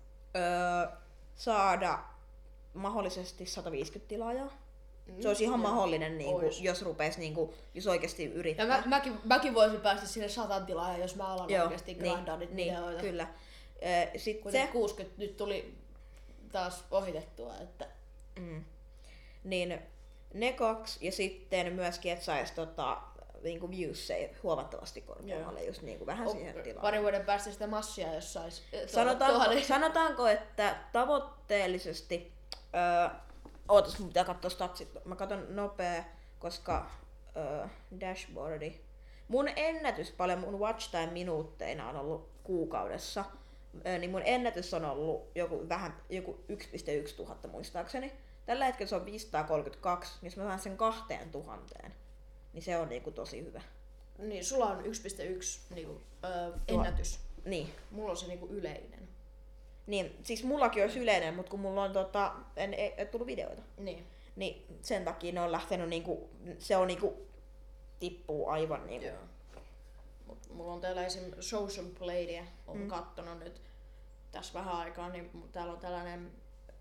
öö, saada mahdollisesti sata viisikymmentä tilaajaa. Se olisi ihan Joo. mahdollinen, niin kuin, Ois. jos rupes, niin kuin, jos oikeasti Ja yrittää. mä, mäkin, mäkin voisin päästä sinne satan tilaan, jos mä alan Joo, oikeasti grindaa niitä niin, videoita. kyllä. Öö, Sitten Kun se, se kuusikymmentä nyt tuli taas ohitettua, että mm, niin ne kaksi, ja sitten myöskin, että saisi tota, niin kuin viewsseja huomattavasti korkeammalle, just niin kuin vähän o- siihen tilaan. parin vuoden päästä sitä massia, jos sais eh, tuolla- Sanotaanko, tuolla- sanotaanko, että tavoitteellisesti, öö, ootas mun pitää katsoa statsit, mä katson nopea, koska öö, dashboardi. Mun ennätys paljon mun watch time minuutteina on ollut kuukaudessa, öö, niin mun ennätys on ollut joku vähän, joku yksi pilkku yksi tuhatta muistaakseni. Tällä hetkellä se on viisisataakolmekymmentäkaksi, niin jos mä saan sen kahteen tuhanteen, niin se on niinku tosi hyvä. Niin, sulla on yksi pilkku yksi niinku, ö, ennätys. Niin. Mulla on se niinku yleinen. Niin, siis mullakin olisi yleinen, mutta kun mulla on tota, en, ei, ei tullut videoita. Niin. Niin sen takia ne on lähtenyt niinku, se on niinku, tippuu aivan niinku. Joo. Mut mulla on täällä esim. Social Playdia, on Mm. mm. kattonut nyt tässä vähän aikaa, niin täällä on tällainen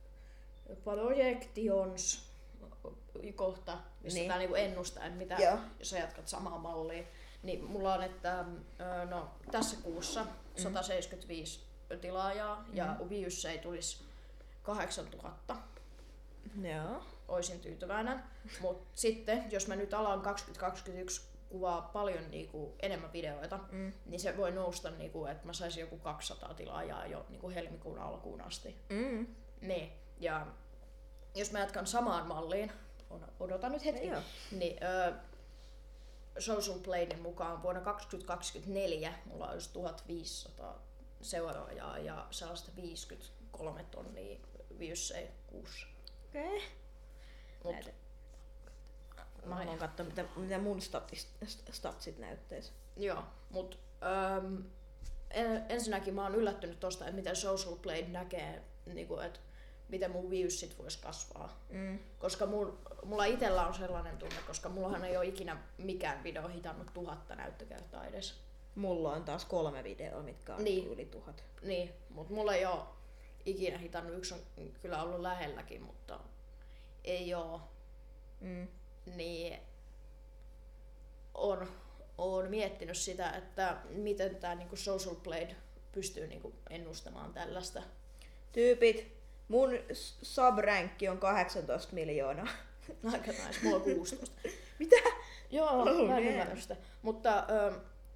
Projections kohta, missä Niin. niin. tää niinku ennustaa, että mitä, Joo. jos sä jatkat samaa mallia. Niin mulla on, että ö, no, tässä kuussa sata seitsemänkymmentäviisi tilaajaa Mm. ja viewsseja tulisi kahdeksantuhatta. Joo. Oisin tyytyväinen. Mutta sitten, jos mä nyt alan kaksituhattakaksikymmentäyksi kuvaa paljon niinku enemmän videoita, Mm. niin se voi nousta, niinku, että mä saisin joku kaksisataa tilaajaa jo niinku helmikuun alkuun asti. Mm. Niin. Ja jos mä jatkan samaan malliin, on- odotan nyt hetki, Joo. niin ö, Social Playin mukaan vuonna kaksituhattakaksikymmentäneljä mulla olisi tuhatviisisataa seuraajaa ja sellaista viisikymmentäkolme tonnia viewsseja kuussa. Okei. Okay. Mut, Näitä. Mä haluan katsoa, mitä, mitä mun statist, statsit näyttäis. joo, mut öm, en, ensinnäkin mä oon yllättynyt tosta, että miten Social Play näkee, niinku, että miten mun viewsit vois kasvaa. Mm. Koska mun, mulla itellä on sellainen tunne, koska mullahan ei ole ikinä mikään video hitannut tuhatta näyttökertaa edes. Mulla on taas kolme videoa, mitkä on Niin. yli tuhat. Niin, mut mulla ei oo ikinä hitannut. Yksi on kyllä ollut lähelläkin, mutta ei oo. Mm. Niin on, on miettinyt sitä, että miten tää niinku Social Blade pystyy niinku ennustamaan tällaista. Tyypit, mun sub-rankki on kahdeksantoista miljoonaa. Aika nice, mulla on kuusitoista. Mitä? Joo, Oh, mä en man. ymmärrä sitä. Mutta ö,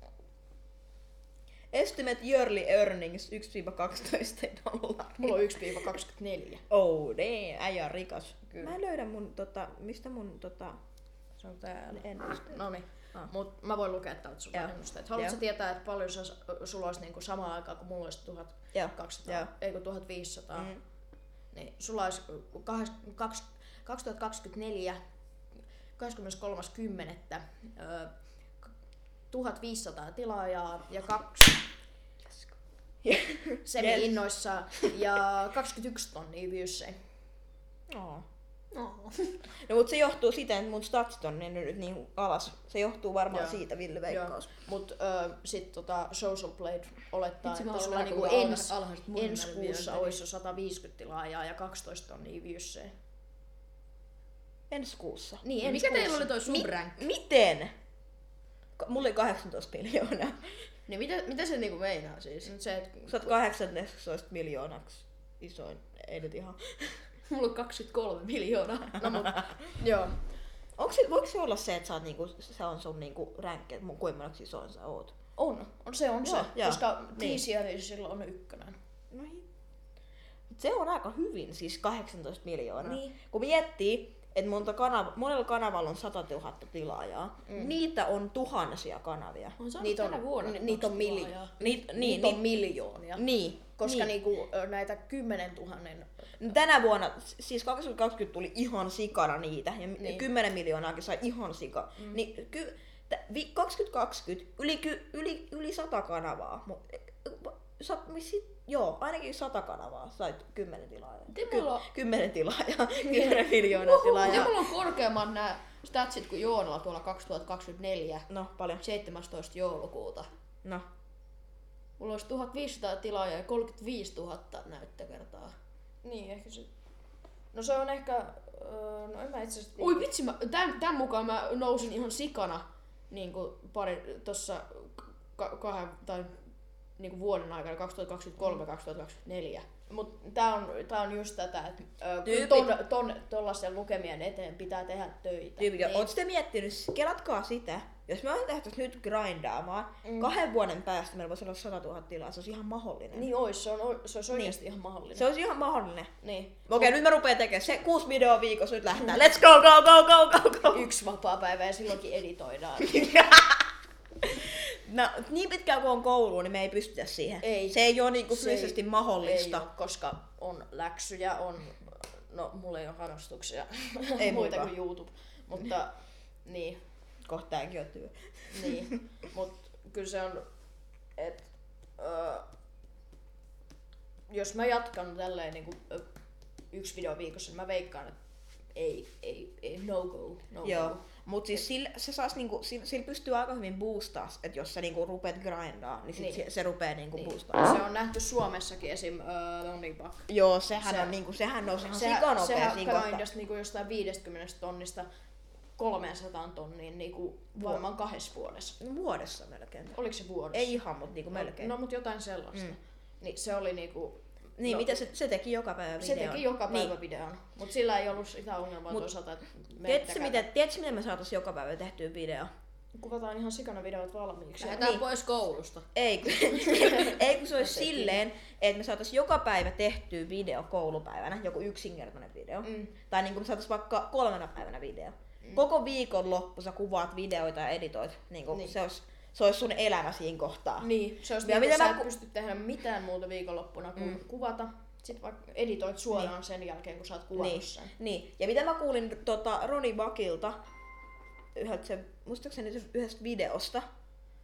Estimate yearly earnings yksi kaksitoista dollaria. mulla on yksi kaksikymmentäneljä. Oh damn, äijä on rikas. Kyllä. Mä en löydä mun tota, mistä mun tota... Se on täällä. ennusteet. Noniin. Ah. Mut mä voin lukea täältä sun Joo. ennusteet. Haluatko Joo. tietää, että paljon sä, sulla olisi niinku samaan aikaan, kun mulla olisi Joo. tuhatkaksisataa, Joo. ei kun tuhatviisisataa, Mm. niin sulla olisi kaksituhattakaksikymmentäneljä kahdeskymmeneskolmas kymmenettä tuhatviisisataa tilaajaa ja kaksi semi-innoissa ja kaksikymmentäyksi tonnia viewsejä. Oh. No mut se johtuu siitä, että mun statsit on mennyt nyt niin alas. Se johtuu varmaan Joo. siitä, Ville Veikkaus. Mut ö, sit tota Social Blade olettaa, Vitsi, mä että oon sulla vähän niinku kuinka ens, alhaiset mun ensi näin kuussa vielä. olisi jo sataviisikymmentä tilaajaa ja kaksitoista tonnia viewsejä. Ensi kuussa. Niin, Mikä ensi teillä oli kuussa. toi subrankki? Miten? Ka- Mulla oli kahdeksantoista miljoonaa. Niin mitä, mitä se niinku meinaa siis? Nyt se, et, Sä oot kahdeksantoista miljoonaksi isoin. Ei nyt ihan. Mulla on kaksikymmentäkolme miljoonaa. no mut, joo. Onko se, voiko se olla se, että sä oot niinku, se on sun niinku ränkki, että kuinka moneksi isoin sä oot? On, on se on Joo, se, joo. koska Niin. T C R silloin on ykkönen. No hi- Mut se on aika hyvin, siis kahdeksantoista miljoonaa. Niin. Kun miettii, että monta kanava, monella kanavalla on sata tuhatta tilaajaa, mm. niitä on tuhansia kanavia. On saanut Niitä tänä on, vuonna ni, niitä on, kaksi mili, tilaajaa. Niit, niin, niin, niitä on niin, miljoonia. niin, Koska niin. niinku, ö, näitä kymmenen tuhannen, Tänä vuonna, siis kaksituhattakaksikymmentä tuli ihan sikana niitä, ja Niin. niin. kymmenen miljoonaakin sai ihan sika. Mm. Niin, ky, t- vi, kaksituhattakaksikymmentä yli, ky, yli, yli sata kanavaa. Mut, sa, missi, joo, ainakin sata kanavaa sai kymmenen tilaajaa. Miten mulla on- kymmenen tilaajaa, kymmenen miljoonaa tilaajaa. Miten mulla on korkeammat nää statsit kuin Joonalla tuolla kaksituhattakaksikymmentäneljä No, paljon. seitsemästoista joulukuuta? No. Mulla olisi tuhatviisisataa tilaajaa ja kolmekymmentäviisituhatta näyttökertaa. niin ehkä se, no se on ehkä, ö, no en mä itse asiassa Oi vitsi, mä, tän, tän mukaan mä nousin ihan sikana niinku pari tossa ka- kahden tai niinku vuoden aikana kaksituhattakaksikymmentäkolme kaksituhattakaksikymmentäneljä. Mut tää on, tää on just tätä, että ö, kun Tyypit. ton, ton, tollasen lukemien eteen pitää tehdä töitä. Tyypit, Niin. oot sitten miettinyt, kelatkaa sitä, jos me tehtäis nyt grindaamaan, mm. kahden vuoden päästä meillä voisi olla sata tuhatta tilaa, se olisi ihan mahdollinen. Niin ois, se, on, se olisi oikeesti ihan mahdollinen. Se olisi ihan mahdollinen. Niin. Okei, nyt mä rupean tekemään se kuusi videoa viikossa, nyt lähtee. Let's go, go, go, go, go, go! Yksi vapaa päivä ja silloinkin editoidaan. No, niin pitkään kuin on koulu, niin me ei pystytä siihen. Ei. Se ei ole niinku Se ei- fyysisesti mahdollista. Ei oo, koska on läksyjä, on, no mulla ei ole harrastuksia, Ei muita mullakaan. kuin YouTube. Mutta niin, Kohta tääkin on työ. niin. Mut kyllä se on, että jos mä jatkan tälleen niin kuin, yksi video viikossa, niin mä veikkaan, että ei, ei, ei, no go, no Joo, go. mut siis sillä, se saas niinku, sillä, sillä pystyy aika hyvin boostaa, että jos sä niinku rupeat grindaa, niin, sit Niin. Se, se rupee niinku Niin. boostaa. Se on nähty Suomessakin esim. Äh, Lonibuck. Joo, sehän Se- on niinku, sehän nousi ihan Sehän, sikanopea sehän siinä kohtaa. grindasi niinku jostain viidestäkymmenestä tonnista kolmeensataan tonniin niinku varmaan kahdessa vuodessa. Vuodessa melkein. Oliko se vuodessa? Ei ihan, mutta niinku melkein. No mut jotain sellaista. Mm. Niin se oli niinku... niin, no, mitä se, se teki joka päivä se videon. teki joka päivä Niin. videon. Mut sillä ei ollut sitä ongelmaa Mut toisaalta, että me Tiedätkö, tekään- miten, tiedätkö, miten me saatais joka päivä tehtyä video? kuvataan ihan sikana videot valmiiksi. Lähdetään Niin. pois koulusta. Ei, kun, ei kun se olisi sekin. silleen, että me saatais joka päivä tehtyä video koulupäivänä, joku yksinkertainen video. Mm. Tai niin kuin me saatais vaikka kolmena päivänä video. Mm. Koko viikon loppu sä kuvaat videoita ja editoit. Niin kuin Niin. Se, olisi, se olisi sun elämä siinä kohtaa. Niin, se olisi Ja niin, mitä sä mä et ku- pysty tehdä mitään muuta viikonloppuna kuin Mm. kuvata. Sitten vaikka editoit suoraan niin. sen jälkeen, kun sä oot kuvannut Niin, sen. niin. Ja mitä mä kuulin tota, Roni Bakilta, yhdeltä se, muistaakseni yhdestä videosta,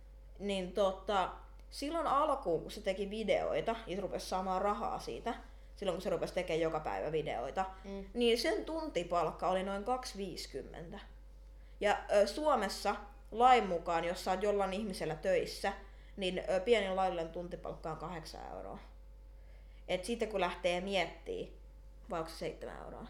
niin tota, silloin alkuun, kun se teki videoita ja se rupesi saamaan rahaa siitä, silloin kun se rupesi tekemään joka päivä videoita, Mm. niin sen tuntipalkka oli noin kaksi viisikymmentä. Ja ö, Suomessa lain mukaan, jos sä oot jollain ihmisellä töissä, niin ö, pienin laillinen tuntipalkka on kahdeksan euroa. Et sitten kun lähtee miettimään, vai onko se seitsemän euroa?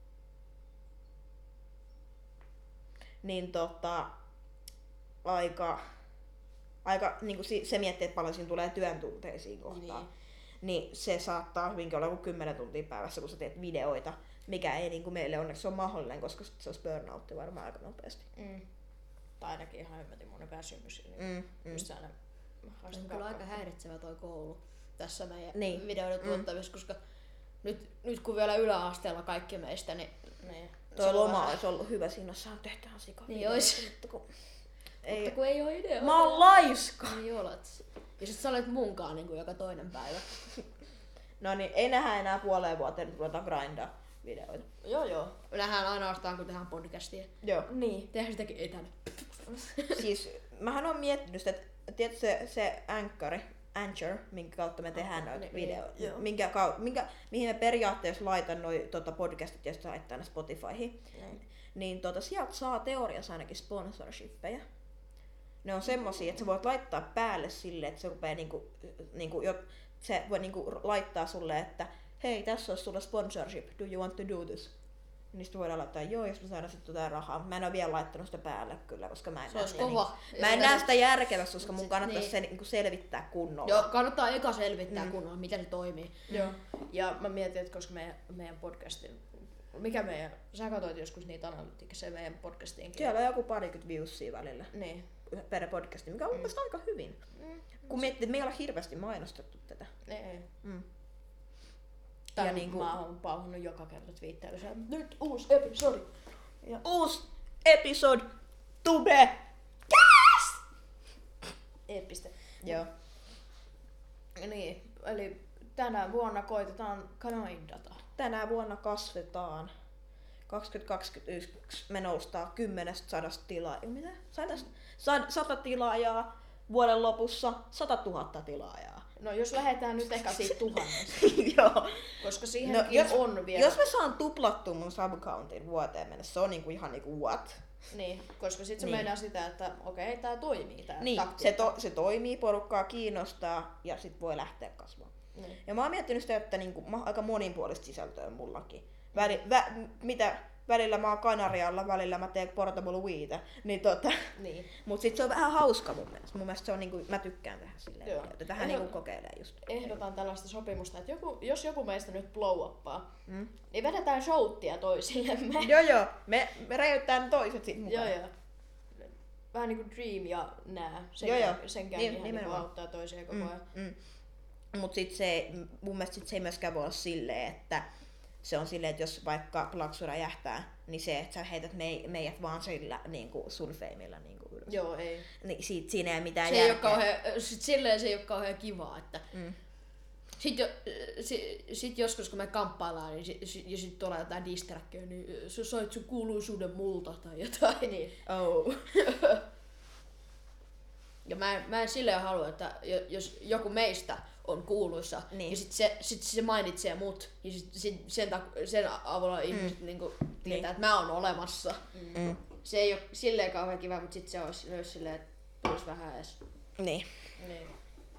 Niin tota, aika, aika niin kuin se miettii, että paljon siinä tulee työn tunteisiin kohtaan. Niin. Niin se saattaa hyvinkin olla kuin kymmenen tuntia päivässä, kun sä teet videoita, mikä ei niin kuin meille onneksi ole mahdollinen, koska se olisi burnoutti varmaan aika nopeasti. Mm. Tai ainakin ihan hemmetin monen väsymys. Niin Mm, mm. just aina Se on kyllä aika häiritsevä toi koulu tässä meidän Niin. videoiden Mm. tuottamisessa, koska nyt, nyt kun vielä yläasteella kaikki meistä, niin, Niin. Toi Se on loma vähän- olisi ollut hyvä, siinä olisi saanut tehdä sika Niin ois. mutta kun ei, ei, mutta kun ei ole idea. mä oon laiska! Niin olet. Ja sit sä olet munkaan niin kuin joka toinen päivä. No niin, ei nähdä enää puoleen vuoteen ruveta grindaa videoita. Joo joo. Me nähdään ainoastaan, kun tehdään podcastia. Joo. Niin. Tehdään sitäkin etänä. Siis mähän on miettinyt sitä, että tiedätkö se, se Anchor, Anchor, minkä kautta me tehdään noita niin, videoita, joo. minkä, kau- minkä, mihin me periaatteessa laitan noi tota, podcastit ja sitten laittaa ne Spotifyhin, Niin. niin tota, sieltä saa teoriassa ainakin sponsorshippeja. Ne on semmosia, että sä voit laittaa päälle silleen, että se rupeaa niinku, niinku, jo, se voi niinku laittaa sulle, että hei, tässä olisi sulle sponsorship, do you want to do this? Niin sitten voidaan laittaa joo, jos me saadaan sitten jotain rahaa. Mä en ole vielä laittanut sitä päälle kyllä, koska mä en Se näe olisi sitä, kova. Niin, mä en näe sitä järkevästi, koska mun Sit- kannattaisi niin. se niinku selvittää kunnolla. Joo, kannattaa eka selvittää Mm. kunnolla, miten se toimii. Joo. Ja mä mietin, että koska meidän, meidän podcastin, mikä meidän, sä katsoit joskus niitä analytiikassa meidän podcastiinkin. Siellä on joku parikymmentä viewsia välillä Niin. per podcasti, mikä on mun mielestä aika hyvin. Mm. Kun miettii, että me ei olla hirveästi mainostettu tätä. Ei, ei. Mm. Tai Ja ja niinku- niinku... mä oon pauhannut joka kerta twiitteillä se, nyt uusi episodi. Ja Uusi episode tube! eeppistä. Joo. Niin, eli tänä vuonna koitetaan Kanaindata. Tänä vuonna kasvetaan. kaksituhattakaksikymmentäyksi me noustaan kymmenestä sadasta tilaa. Mitä? Sadasta, sad, sata tilaajaa. Vuoden lopussa satatuhatta tilaajaa. No jos lähdetään nyt ehkä siitä tuhannesta, Joo. koska No, siihenkin jos, on vielä. jos mä saan tuplattua mun subcountin vuoteen mennessä, se on niinku ihan niinku what? Niin, koska sit se Niin. meinaa sitä, että okei, tää toimii tää Niin, se, taktiikka. to, se toimii, porukkaa kiinnostaa ja sit voi lähteä kasvamaan. Niin. Ja mä oon miettinyt sitä, että niinku, ma- aika monipuolista sisältöä mullakin. Väli, vä, mitä, välillä mä oon Kanarialla, välillä mä teen portable weedä. Niin tota, Niin. mut sit se on vähän hauska mun mielestä. Mun mielestä se on niinku, mä tykkään tehdä silleen, Joo. että vähän Ehdot- niinku kokeilee just. Ehdotan tällaista sopimusta, että joku, jos joku meistä nyt blow-uppaa, Mm. niin vedetään showttia toisillemme. Joo joo, me, me räjäyttää toiset sit mukaan. Joo, joo. Vähän niinku Dream ja nää. Sen, Joo, joo. sen Niin, käynnihän niinku nimenomaan. auttaa toisia koko ajan. Mm, mm. Mut sit se, mun mielestä sit se ei myöskään voi olla silleen, että se on silleen, että jos vaikka Plaksu räjähtää, niin se, että sä heität me, meidät vaan sillä niinku sun feimillä niinku ylös. Joo, ei. Niin siitä, siinä ei mitään Se ei, ole järkeä. kauhean, sit silleen se ei ole kauhean kivaa, että Mm. sit, jo, sit, sit joskus kun me kamppaillaan niin sit, sit, ja sit tulee jotain distrackia, niin sä sait sun kuuluisuuden multa tai jotain. Niin. Oh. Ja mä en, mä en silleen halua, että jo- jos joku meistä on kuuluissa, Niin. niin. ja sit se, sit se mainitsee mut, ja sit, sit sen, tak- sen avulla ihmiset niinku tietää, Niin. että mä oon olemassa. Mm. Se ei ole silleen kauhean kiva, mutta sit se olisi myös silleen, että tulisi vähän edes. Niin. Niin.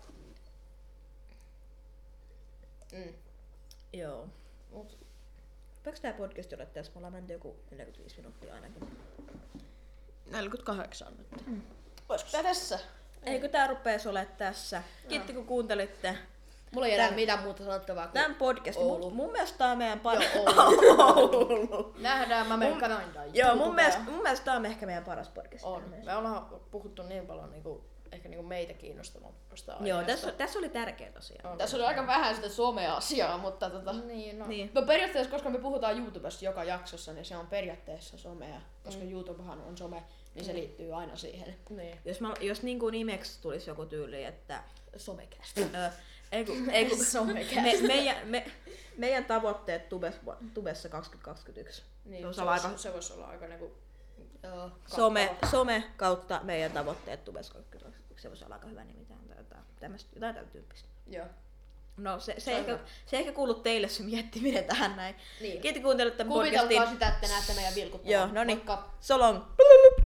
Mm. Joo. Mut Voiko tää podcast olla tässä? Me ollaan menty joku neljäkymmentäviisi minuuttia ainakin. neljäkymmentäkahdeksan nyt. Mm. Olisiko tää tässä? Eikö tää rupees olemaan tässä? Kiitti kun kuuntelitte Mulla ei enää Tän- mitään muuta sanottavaa kuin tämän podcastin. Oulu. Mun, mun mielestä tää on meidän paras... Joo, Oulu. Nähdään, mä menen Mun- Kanaindaan. Joo, mun mielestä, mun mielestä tää on ehkä meidän paras podcast. On. tähän mennessä. Me ollaan puhuttu niin paljon niinku, ehkä niinku meitä kiinnostavasta Joo, aiheesta. tässä, tässä oli tärkeä tosiaan. On. Tässä oli aika vähän sitä some-asiaa, mutta tota... Niin, no. Niin. No periaatteessa, koska me puhutaan YouTubesta joka jaksossa, niin se on periaatteessa somea. Koska mm. YouTubehan on some, niin se liittyy aina siihen. Niin. Jos, mä, jos niinku nimeksi tulisi joku tyyli, että... Somekästä. Ö, ei kun, ei kun, Somekäst. me, meidän, me, meidän tavoitteet tubes, tubessa kaksituhattakaksikymmentäyksi. Niin, Se on se, aika- voisi, se voisi olla aika niinku... Joo. Some, kattava. some kautta meidän tavoitteet tubessa kaksituhattakaksikymmentäyksi. Se voisi olla aika hyvä nimi tähän. Tai jotain, tämmöstä, jotain tämän tyyppistä. Joo. No se, se, Se on ehkä, hyvä. se ehkä kuuluu teille se miettiminen tähän näin. Niin. Kiitos kuuntelut tämän Kuvitelkaa podcastin. sitä, että näette meidän vilkuttavan. Joo, no niin. Moikka. So long.